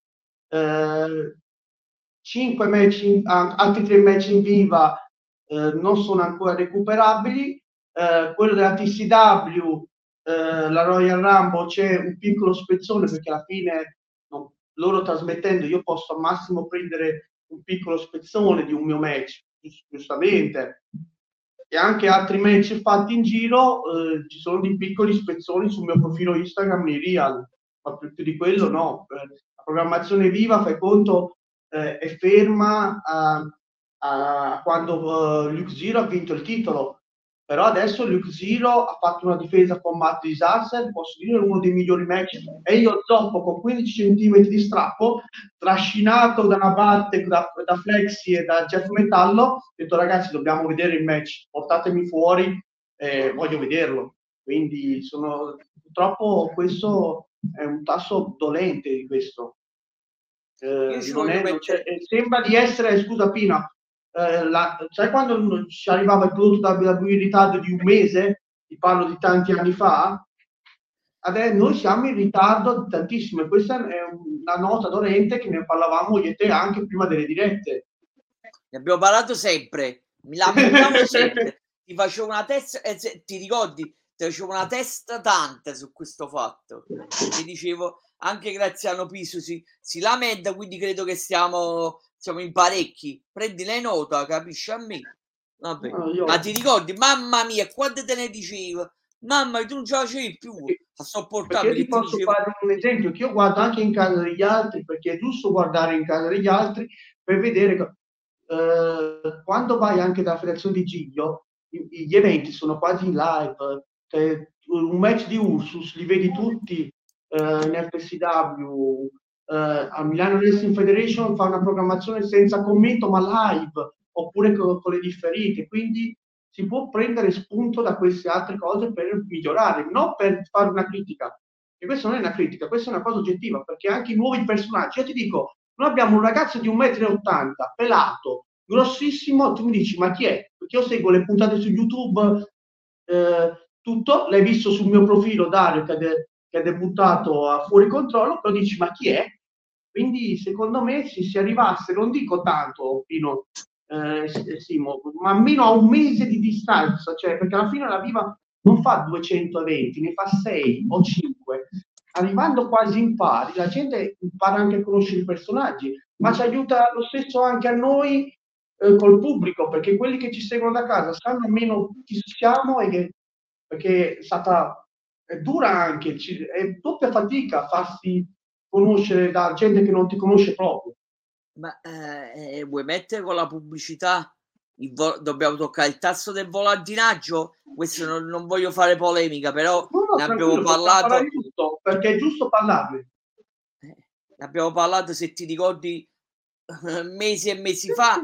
5 match, altri 3 match in viva non sono ancora recuperabili. Quello della TCW, la Royal Rumble, c'è un piccolo spezzone, perché alla fine loro trasmettendo io posso al massimo prendere un piccolo spezzone di un mio match, giustamente, e anche altri match fatti in giro. Ci sono dei piccoli spezzoni sul mio profilo Instagram in real, ma più di quello no. La programmazione viva, fai conto, è ferma a quando Luke Zero ha vinto il titolo. Però adesso Luke Zero ha fatto una difesa con Matt Disaster, posso dire uno dei migliori match, e io zoppo con 15 cm di strappo, trascinato da una batte da Flexi e da Jeff Metallo, ho detto: ragazzi, dobbiamo vedere il match, portatemi fuori, voglio vederlo. Quindi purtroppo questo è un tasso dolente di questo. Sembra di essere, scusa Pina, sai quando ci arrivava il prodotto WWE in ritardo di un mese? Ti parlo di tanti anni fa. Adesso noi siamo in ritardo tantissimo, e questa è una nota dolente che ne parlavamo io e te anche prima delle dirette. Ne abbiamo parlato sempre, mi lamentavo sempre, ti facevo una testa, ti ricordi? Ti facevo una testa tante su questo fatto. Ti dicevo, anche Graziano Piso si lamenta, quindi credo che siamo in parecchi. Prendine nota, capisci a me? Vabbè. Ma ti ricordi? Mamma mia, quante te ne dicevo? Mamma, tu non ce la facevi più a sopportarmi. Perché ti posso fare un esempio che io guardo anche in casa degli altri, perché è giusto guardare in casa degli altri per vedere. Quando vai anche dalla federazione di Giglio, gli eventi sono quasi in live. Un match di Ursus li vedi tutti in FSW. A Milano Wrestling Federation fa una programmazione senza commento ma live, oppure con le differite, quindi si può prendere spunto da queste altre cose per migliorare, non per fare una critica, e questa non è una critica, questa è una cosa oggettiva, perché anche i nuovi personaggi, io ti dico, noi abbiamo un ragazzo di 1,80 m, pelato, grossissimo, tu mi dici ma chi è? Perché io seguo le puntate su YouTube, tutto, l'hai visto sul mio profilo Dario che è debuttato a Fuori Controllo, però dici ma chi è? Quindi secondo me se si arrivasse, non dico tanto fino Simo, ma almeno a un mese di distanza, cioè, perché alla fine la Viva non fa 200 eventi, ne fa 6 o 5, arrivando quasi in pari la gente impara anche a conoscere i personaggi, ma ci aiuta lo stesso anche a noi col pubblico, perché quelli che ci seguono da casa sanno almeno chi siamo, perché è stata dura anche, è doppia fatica farsi conoscere da gente che non ti conosce proprio. Ma vuoi mettere con la pubblicità? Dobbiamo toccare il tasto del volantinaggio? Questo non voglio fare polemica, però ne abbiamo parlato. Tutto, perché è giusto parlarne. Ne abbiamo parlato, se ti ricordi, mesi e mesi fa.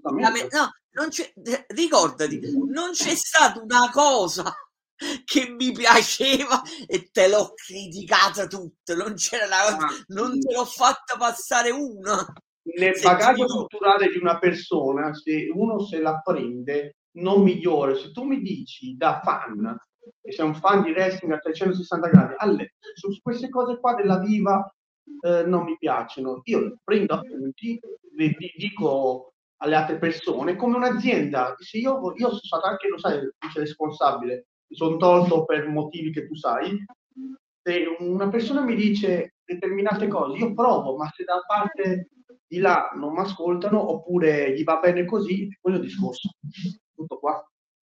Ricordati, non c'è stata una cosa che mi piaceva e te l'ho criticata tutta. Non c'era non te l'ho fatta passare una. Nel bagaglio culturale di una persona, se uno se la prende, non migliore. Se tu mi dici da fan, che sei un fan di wrestling a 360 gradi, su queste cose qua della Viva non mi piacciono. Io prendo appunti, dico alle altre persone come un'azienda. Se io sono stato anche, lo sai, vice responsabile, mi sono tolto per motivi che tu sai. Se una persona mi dice determinate cose, io provo, ma se da parte di là non mi ascoltano oppure gli va bene così, quello è il discorso. Tutto qua.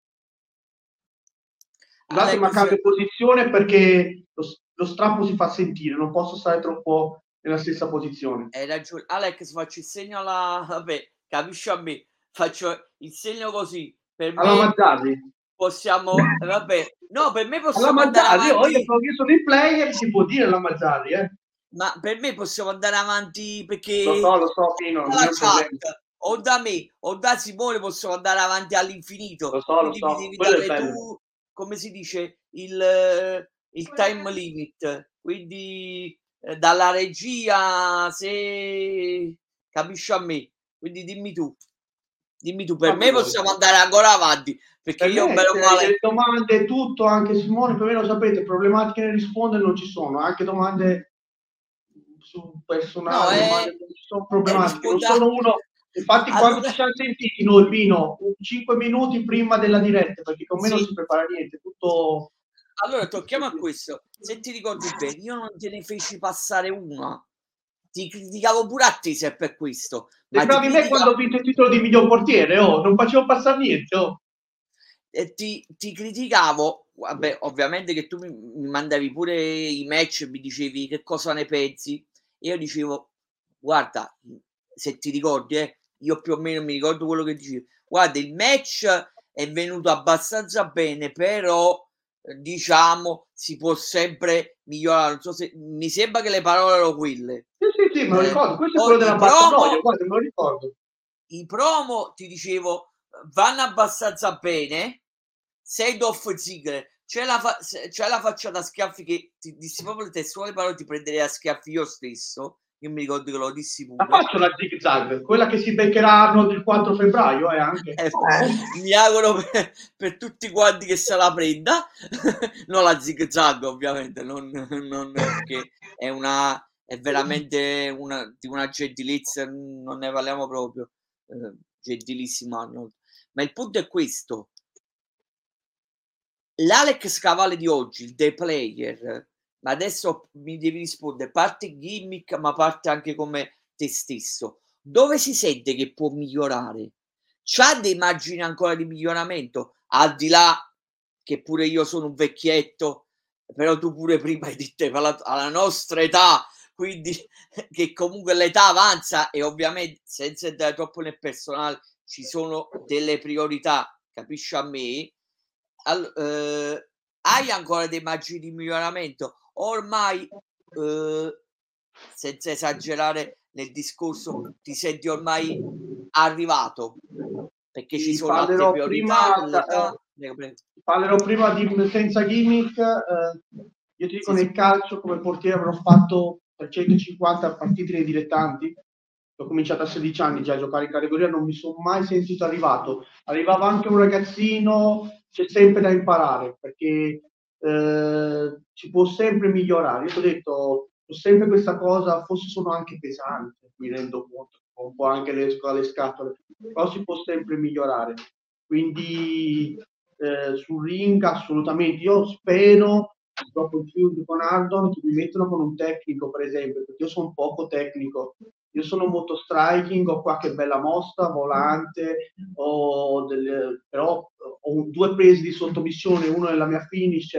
Scusate, ma cambio posizione perché lo strappo si fa sentire, non posso stare troppo nella stessa posizione. Hai ragione. Alex, faccio il segno alla... Vabbè, capisci a me? Faccio il segno così. Per alla me Mazzarri. Possiamo... Vabbè, no, per me possiamo alla andare avanti. Io sono il player, si può dire alla Mazzarri, Ma per me possiamo andare avanti perché... Lo so, Pino, non è un problema. O da me o da Simone possiamo andare avanti all'infinito. Lo so. Mi devi dare tu, come si dice, il time limit. Quindi dalla regia, se capisci a me. Quindi dimmi tu, per me possiamo andare ancora avanti. Perché per io me, bene male... le domande, tutto, anche Simone, più o meno sapete, problematiche nel rispondere non ci sono, anche domande su personale, domande non ci sono problematiche, non sono uno. Infatti, quando ci siamo sentiti noi, Pino, 5 minuti prima della diretta, perché con me non si prepara niente, tutto. Allora, tocchiamo a questo. Se ti ricordi bene, io non te ne feci passare una. Ti criticavo pure a te se per questo. Sembravi me quando ho vinto il titolo di miglior portiere, non facevo passare niente, E ti criticavo, vabbè, ovviamente che tu mi mandavi pure i match, mi dicevi che cosa ne pensi. E io dicevo, guarda, se ti ricordi, io più o meno mi ricordo quello che dicevi. Guarda, il match è venuto abbastanza bene, però diciamo si può sempre migliorare. Non so se mi sembra che le parole erano quelle. Sì, me lo ricordo. Questo è quello della battaglia, guarda, me lo ricordo. I promo, ti dicevo, vanno abbastanza bene. Sei Dolph Ziggler, c'è la faccia da schiaffi che ti dissi proprio le testuali parole, ti prenderei a schiaffi io stesso. Io mi ricordo che lo dissi pure. La faccio la zig-zag, quella che si beccherà Arnold il 4 febbraio, anche. Mi auguro per tutti quanti che se la prenda. Non la zig-zag, ovviamente, non che è veramente una gentilezza, non ne parliamo proprio. Gentilissimo Arnold. Ma il punto è questo. L'Alex Cavalli di oggi, il The Player, ma adesso mi devi rispondere, parte gimmick, ma parte anche come te stesso. Dove si sente che può migliorare? C'ha dei margini ancora di miglioramento? Al di là che pure io sono un vecchietto, però tu pure prima hai detto alla nostra età, quindi che comunque l'età avanza e ovviamente senza andare troppo nel personale ci sono delle priorità, capisci a me? Hai ancora dei margini di miglioramento? Ormai, senza esagerare nel discorso, ti senti ormai arrivato? Perché ci sono altre priorità. Parlerò prima senza gimmick. Io ti dico, nel calcio come portiere avrò fatto 350 partite nei dilettanti. Ho cominciato a 16 anni già a giocare in categoria, non mi sono mai sentito arrivato. Arrivava anche un ragazzino, c'è sempre da imparare, perché si può sempre migliorare. Io ti ho detto, ho sempre questa cosa, forse sono anche pesante, mi rendo conto, un po' anche le scatole, però si può sempre migliorare. Quindi sul ring assolutamente, io spero dopo il feud con Ardon che mi mettono con un tecnico, per esempio, perché io sono poco tecnico. Io sono molto striking, ho qualche bella mossa, volante, però ho 2 presi di sottomissione, uno è la mia finish,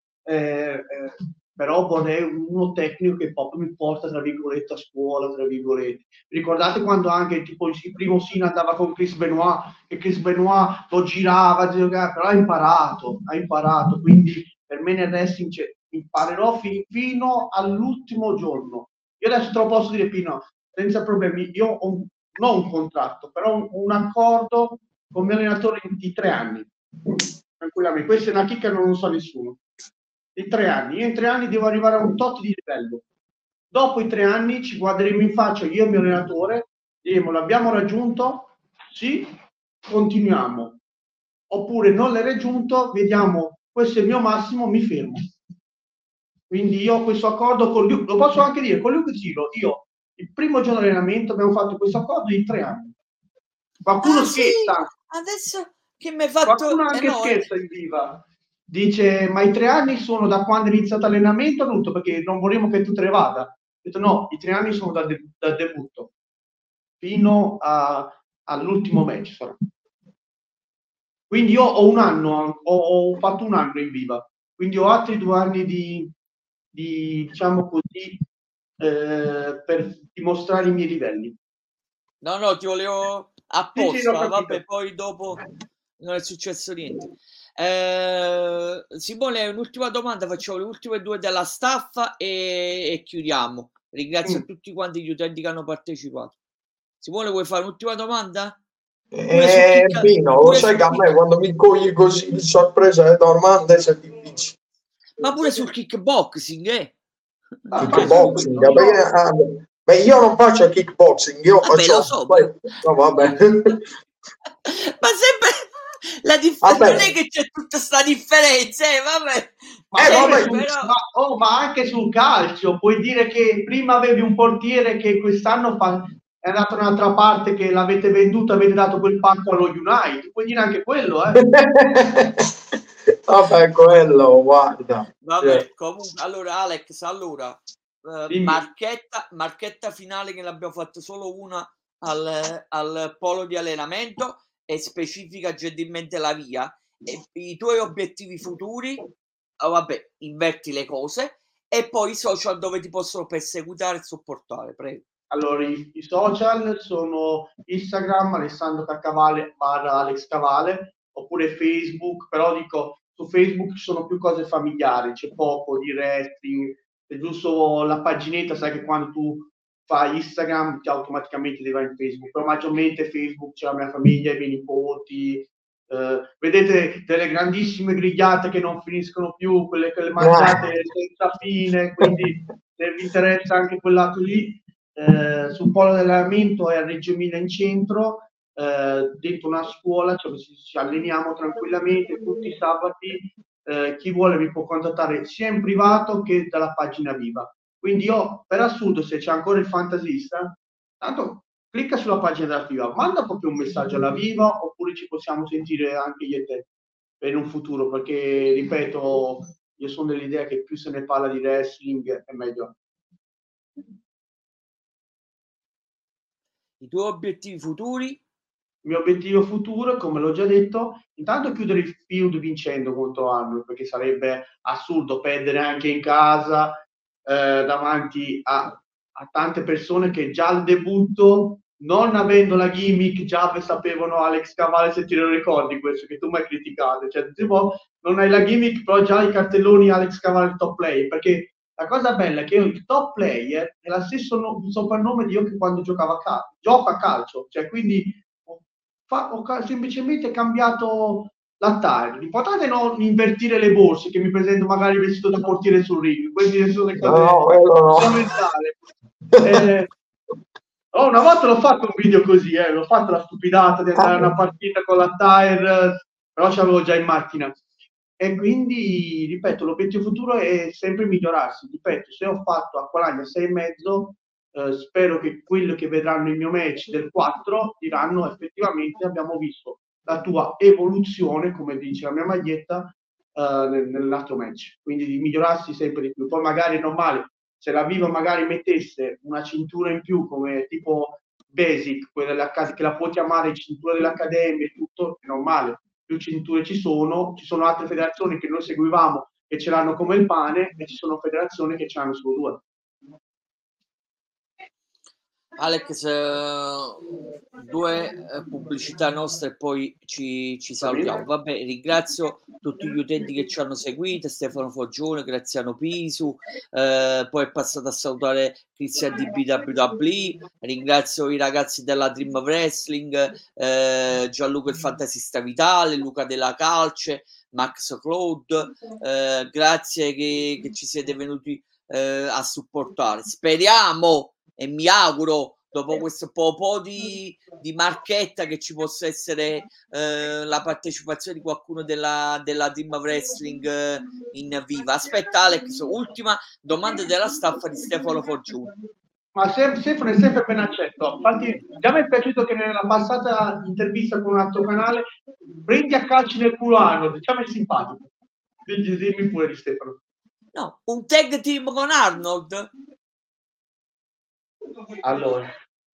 però vorrei uno tecnico che proprio mi porta, tra virgolette, a scuola, tra virgolette. Ricordate quando anche tipo il primo Cena andava con Chris Benoit, e Chris Benoit lo girava, però ha imparato, quindi per me nel wrestling imparerò fino all'ultimo giorno. Io adesso te lo posso dire, Pino, senza problemi. Io ho non un contratto, però un accordo con il mio allenatore di 3 anni. Tranquillamente. Questa è una chicca che non lo sa nessuno. Di 3 anni. Io in 3 anni devo arrivare a un tot di livello. Dopo i 3 anni ci guarderemo in faccia io e il mio allenatore, diremo l'abbiamo raggiunto? Sì, continuiamo. oppure non l'hai raggiunto, vediamo, questo è il mio massimo, mi fermo. Quindi io ho questo accordo con lui, lo posso anche dire, con Luke Giro, io il primo giorno di allenamento abbiamo fatto questo accordo di 3 anni. Qualcuno scherza. Sì, adesso che mi hai fatto... Qualcuno anche scherza in viva. Dice, ma i 3 anni sono da quando è iniziato l'allenamento, tutto, perché non vorremmo che tu te ne vada. Ho detto no, i 3 anni sono dal debutto fino all'ultimo match. Sarà. Quindi io ho un anno, ho fatto un anno in viva, quindi ho altri 2 anni di diciamo così, per dimostrare i miei livelli. No, ti volevo apposta, vabbè, poi dopo non è successo niente. Simone, un'ultima domanda, facciamo le ultime 2 della staffa e chiudiamo. Ringrazio a tutti quanti gli utenti che hanno partecipato. Simone, vuoi fare un'ultima domanda? Pino, lo sai che a me quando mi cogli così di sorpresa le domande sei difficile. Ma pure sul kickboxing, Kickboxing, beh, io non faccio kickboxing, io vabbè, faccio... lo so, no, vabbè. Ma sempre la differenza non è che c'è tutta questa differenza, vabbè. Ma anche sul calcio puoi dire che prima avevi un portiere che quest'anno è andato un'altra parte, che l'avete venduto, avete dato quel pacco allo United, puoi dire anche quello, Vabbè, quello, guarda. Vabbè, comunque, allora Alex, marchetta finale, che ne abbiamo fatto solo una al polo di allenamento, e specifica gentilmente la via e i tuoi obiettivi futuri. Vabbè, inverti le cose, e poi i social dove ti possono perseguitare e supportare, prego. Allora, i social sono Instagram, Alessandro Caccavale / Alex Cavale, oppure Facebook, però dico, su Facebook ci sono più cose familiari, c'è poco di wrestling, è giusto la paginetta, sai che quando tu fai Instagram ti automaticamente ti va in Facebook, però maggiormente Facebook c'è la mia famiglia, i miei nipoti, vedete delle grandissime grigliate che non finiscono più, quelle mangiate senza fine, quindi se vi interessa anche quel lato lì, sul polo dell'allenamento è a Reggio Emilia in centro, dentro una scuola, cioè ci alleniamo tranquillamente tutti i sabati. Chi vuole mi può contattare sia in privato che dalla pagina Viva. Quindi io, per assurdo, se c'è ancora il fantasista, tanto clicca sulla pagina della Viva, manda proprio un messaggio alla Viva, oppure ci possiamo sentire anche io e te per un futuro, perché ripeto, io sono dell'idea che più se ne parla di wrestling è meglio. I tuoi obiettivi futuri? Il mio obiettivo futuro, come l'ho già detto, intanto chiudere il feud vincendo contro Arnold, perché sarebbe assurdo perdere anche in casa davanti a tante persone che già al debutto, non avendo la gimmick, già sapevano Alex Cavale, se ti lo ricordi questo, che tu mi hai criticato, cioè tipo, non hai la gimmick, però già i cartelloni Alex Cavale top player, perché la cosa bella è che il top player è lo stesso soprannome di io che quando giocavo gioco a calcio, cioè quindi ho semplicemente cambiato la taglia. L'importante è non invertire le borse, che mi presento magari vestito da portiere sul ring. Queste sono le cose fondamentali. Una volta l'ho fatto un video così, l'ho fatto la stupidata di andare a una partita con la tire, però ce l'avevo già in macchina. E quindi, ripeto, l'obiettivo futuro è sempre migliorarsi. Ripeto, se ho fatto a Guadagna 6,5, spero che quelli che vedranno il mio match del 4 diranno effettivamente abbiamo visto la tua evoluzione, come dice la mia maglietta, nell'altro match. Quindi di migliorarsi sempre di più. Poi magari è normale, se la Viva magari mettesse una cintura in più come tipo basic, quella che la può chiamare cintura dell'Accademia e tutto, è normale. Più cinture ci sono altre federazioni che noi seguivamo che ce l'hanno come il pane, e ci sono federazioni che ce l'hanno solo 2. Alex, 2 pubblicità nostre e poi ci salutiamo. Vabbè, ringrazio tutti gli utenti che ci hanno seguito, Stefano Foggione, Graziano Pisu, poi è passato a salutare Cristian di BWWE, ringrazio i ragazzi della Dream Wrestling, Gianluca il Fantasista Vitale, Luca della Calce, Max Claude, grazie che ci siete venuti a supportare. Speriamo e mi auguro dopo questo po' di marchetta, che ci possa essere la partecipazione di qualcuno della Team Wrestling in viva. Aspetta Alex, ultima domanda della staffa di Stefano Forgione. Ma Stefano è sempre ben accetto. Infatti già mi è piaciuto che nella passata intervista con un altro canale prendi a calci nel culo Arnold, già mi è simpatico. Dimmi pure di Stefano. No, un tag team con Arnold? Allora,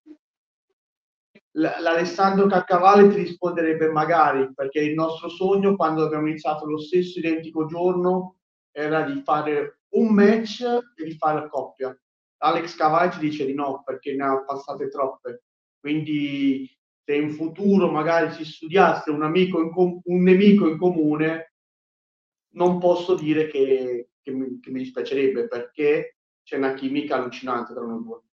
l'Alessandro Caccavale ti risponderebbe magari, perché il nostro sogno quando abbiamo iniziato lo stesso identico giorno era di fare un match e di fare coppia. Alex Cavalli ci dice di no perché ne ha passate troppe, quindi se in futuro magari si studiasse un nemico in comune, non posso dire che mi dispiacerebbe, perché c'è una chimica allucinante tra noi due.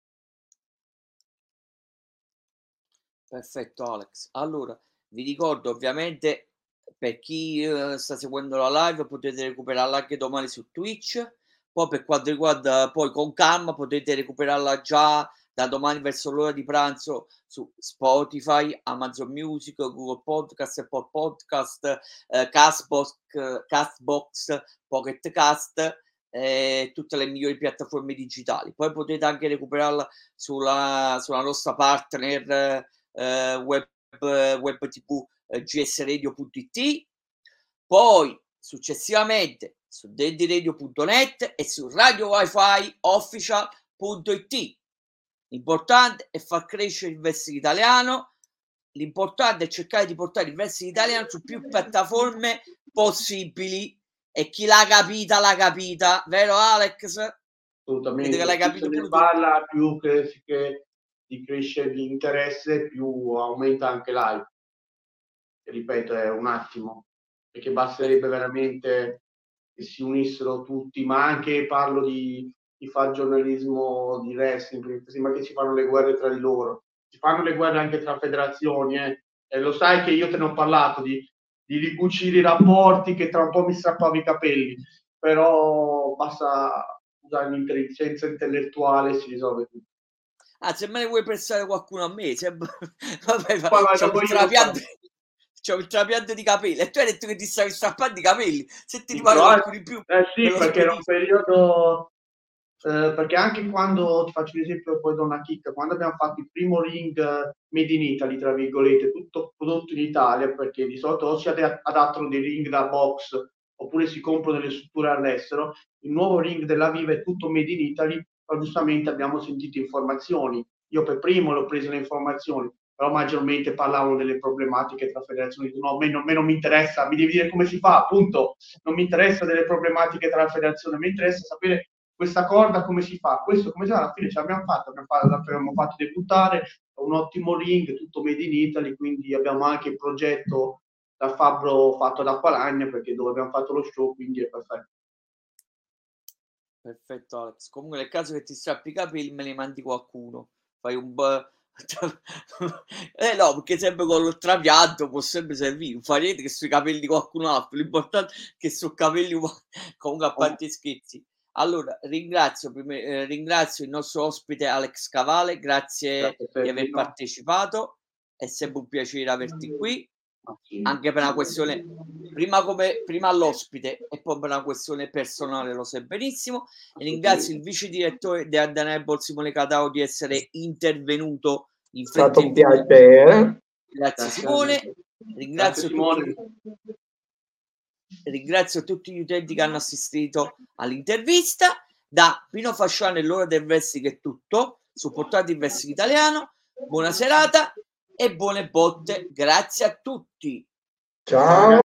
Perfetto Alex, allora vi ricordo ovviamente, per chi sta seguendo la live, potete recuperarla anche domani su Twitch. Poi per quanto riguarda poi con calma, potete recuperarla già da domani verso l'ora di pranzo su Spotify, Amazon Music, Google Podcast, Apple Podcast, Castbox, Pocket Cast, tutte le migliori piattaforme digitali. Poi potete anche recuperarla sulla nostra partner web tv gsradio.it, poi successivamente su daddyradio.net e su radiowifi.official.it. L'importante è far crescere il wrestling italiano, l'importante è cercare di portare il wrestling italiano su più piattaforme possibili, e chi l'ha capita, vero Alex? Assolutamente, che l'hai capito, più se ne parla, più che di crescere l'interesse, più aumenta anche l'hype. Ripeto, è un attimo, perché basterebbe veramente che si unissero tutti, ma anche parlo di fare giornalismo di wrestling, perché sembra che si fanno le guerre tra di loro, si fanno le guerre anche tra federazioni, e lo sai che io te ne ho parlato di ricucire i rapporti, che tra un po' mi strappavo i capelli, però basta usare l'intelligenza intellettuale e si risolve tutto. Ah, se me ne vuoi prestare qualcuno a me, vabbè, c'ho il trapianto di capelli, e tu hai detto che ti stavi strappando i capelli. Se ti rimane qualcuno in più, sì, perché era un periodo, perché anche quando, ti faccio un esempio, poi do una chicca, quando abbiamo fatto il primo ring made in Italy, tra virgolette, tutto prodotto in Italia, perché di solito o si adattano dei ring da box oppure si comprano delle strutture all'estero, il nuovo ring della Viva è tutto made in Italy, però giustamente abbiamo sentito informazioni, io per primo l'ho preso le informazioni, però maggiormente parlavano delle problematiche tra federazioni. No, a me non mi interessa, mi devi dire come si fa, appunto, non mi interessa delle problematiche tra federazioni, mi interessa sapere questa corda come si fa, questo come si fa, alla fine ce l'abbiamo fatto, abbiamo fatto debuttare un ottimo ring, tutto made in Italy, quindi abbiamo anche il progetto da Fabbro fatto da Palagna, perché dove abbiamo fatto lo show, quindi è perfetto. Perfetto Alex, comunque nel caso che ti strappi i capelli me ne mandi qualcuno, fai un no, perché sempre con lo trapianto può sempre servire, fa niente che sui capelli di qualcun altro, l'importante è che sui capelli comunque, a parte scherzi. Allora ringrazio il nostro ospite Alex Cavale, grazie di aver partecipato, è sempre un piacere averti qui, anche per una questione prima all'ospite e poi per una questione personale, lo sai benissimo. E ringrazio il vice direttore di Ardanebol Simone Catao di essere intervenuto in fretta e piacere. Grazie Simone, ringrazio tutti gli utenti che hanno assistito all'intervista. Da Pino Fasciano e l'ora del wrestling è tutto, supportate il wrestling italiano, buona serata e buone botte, grazie a tutti. Ciao.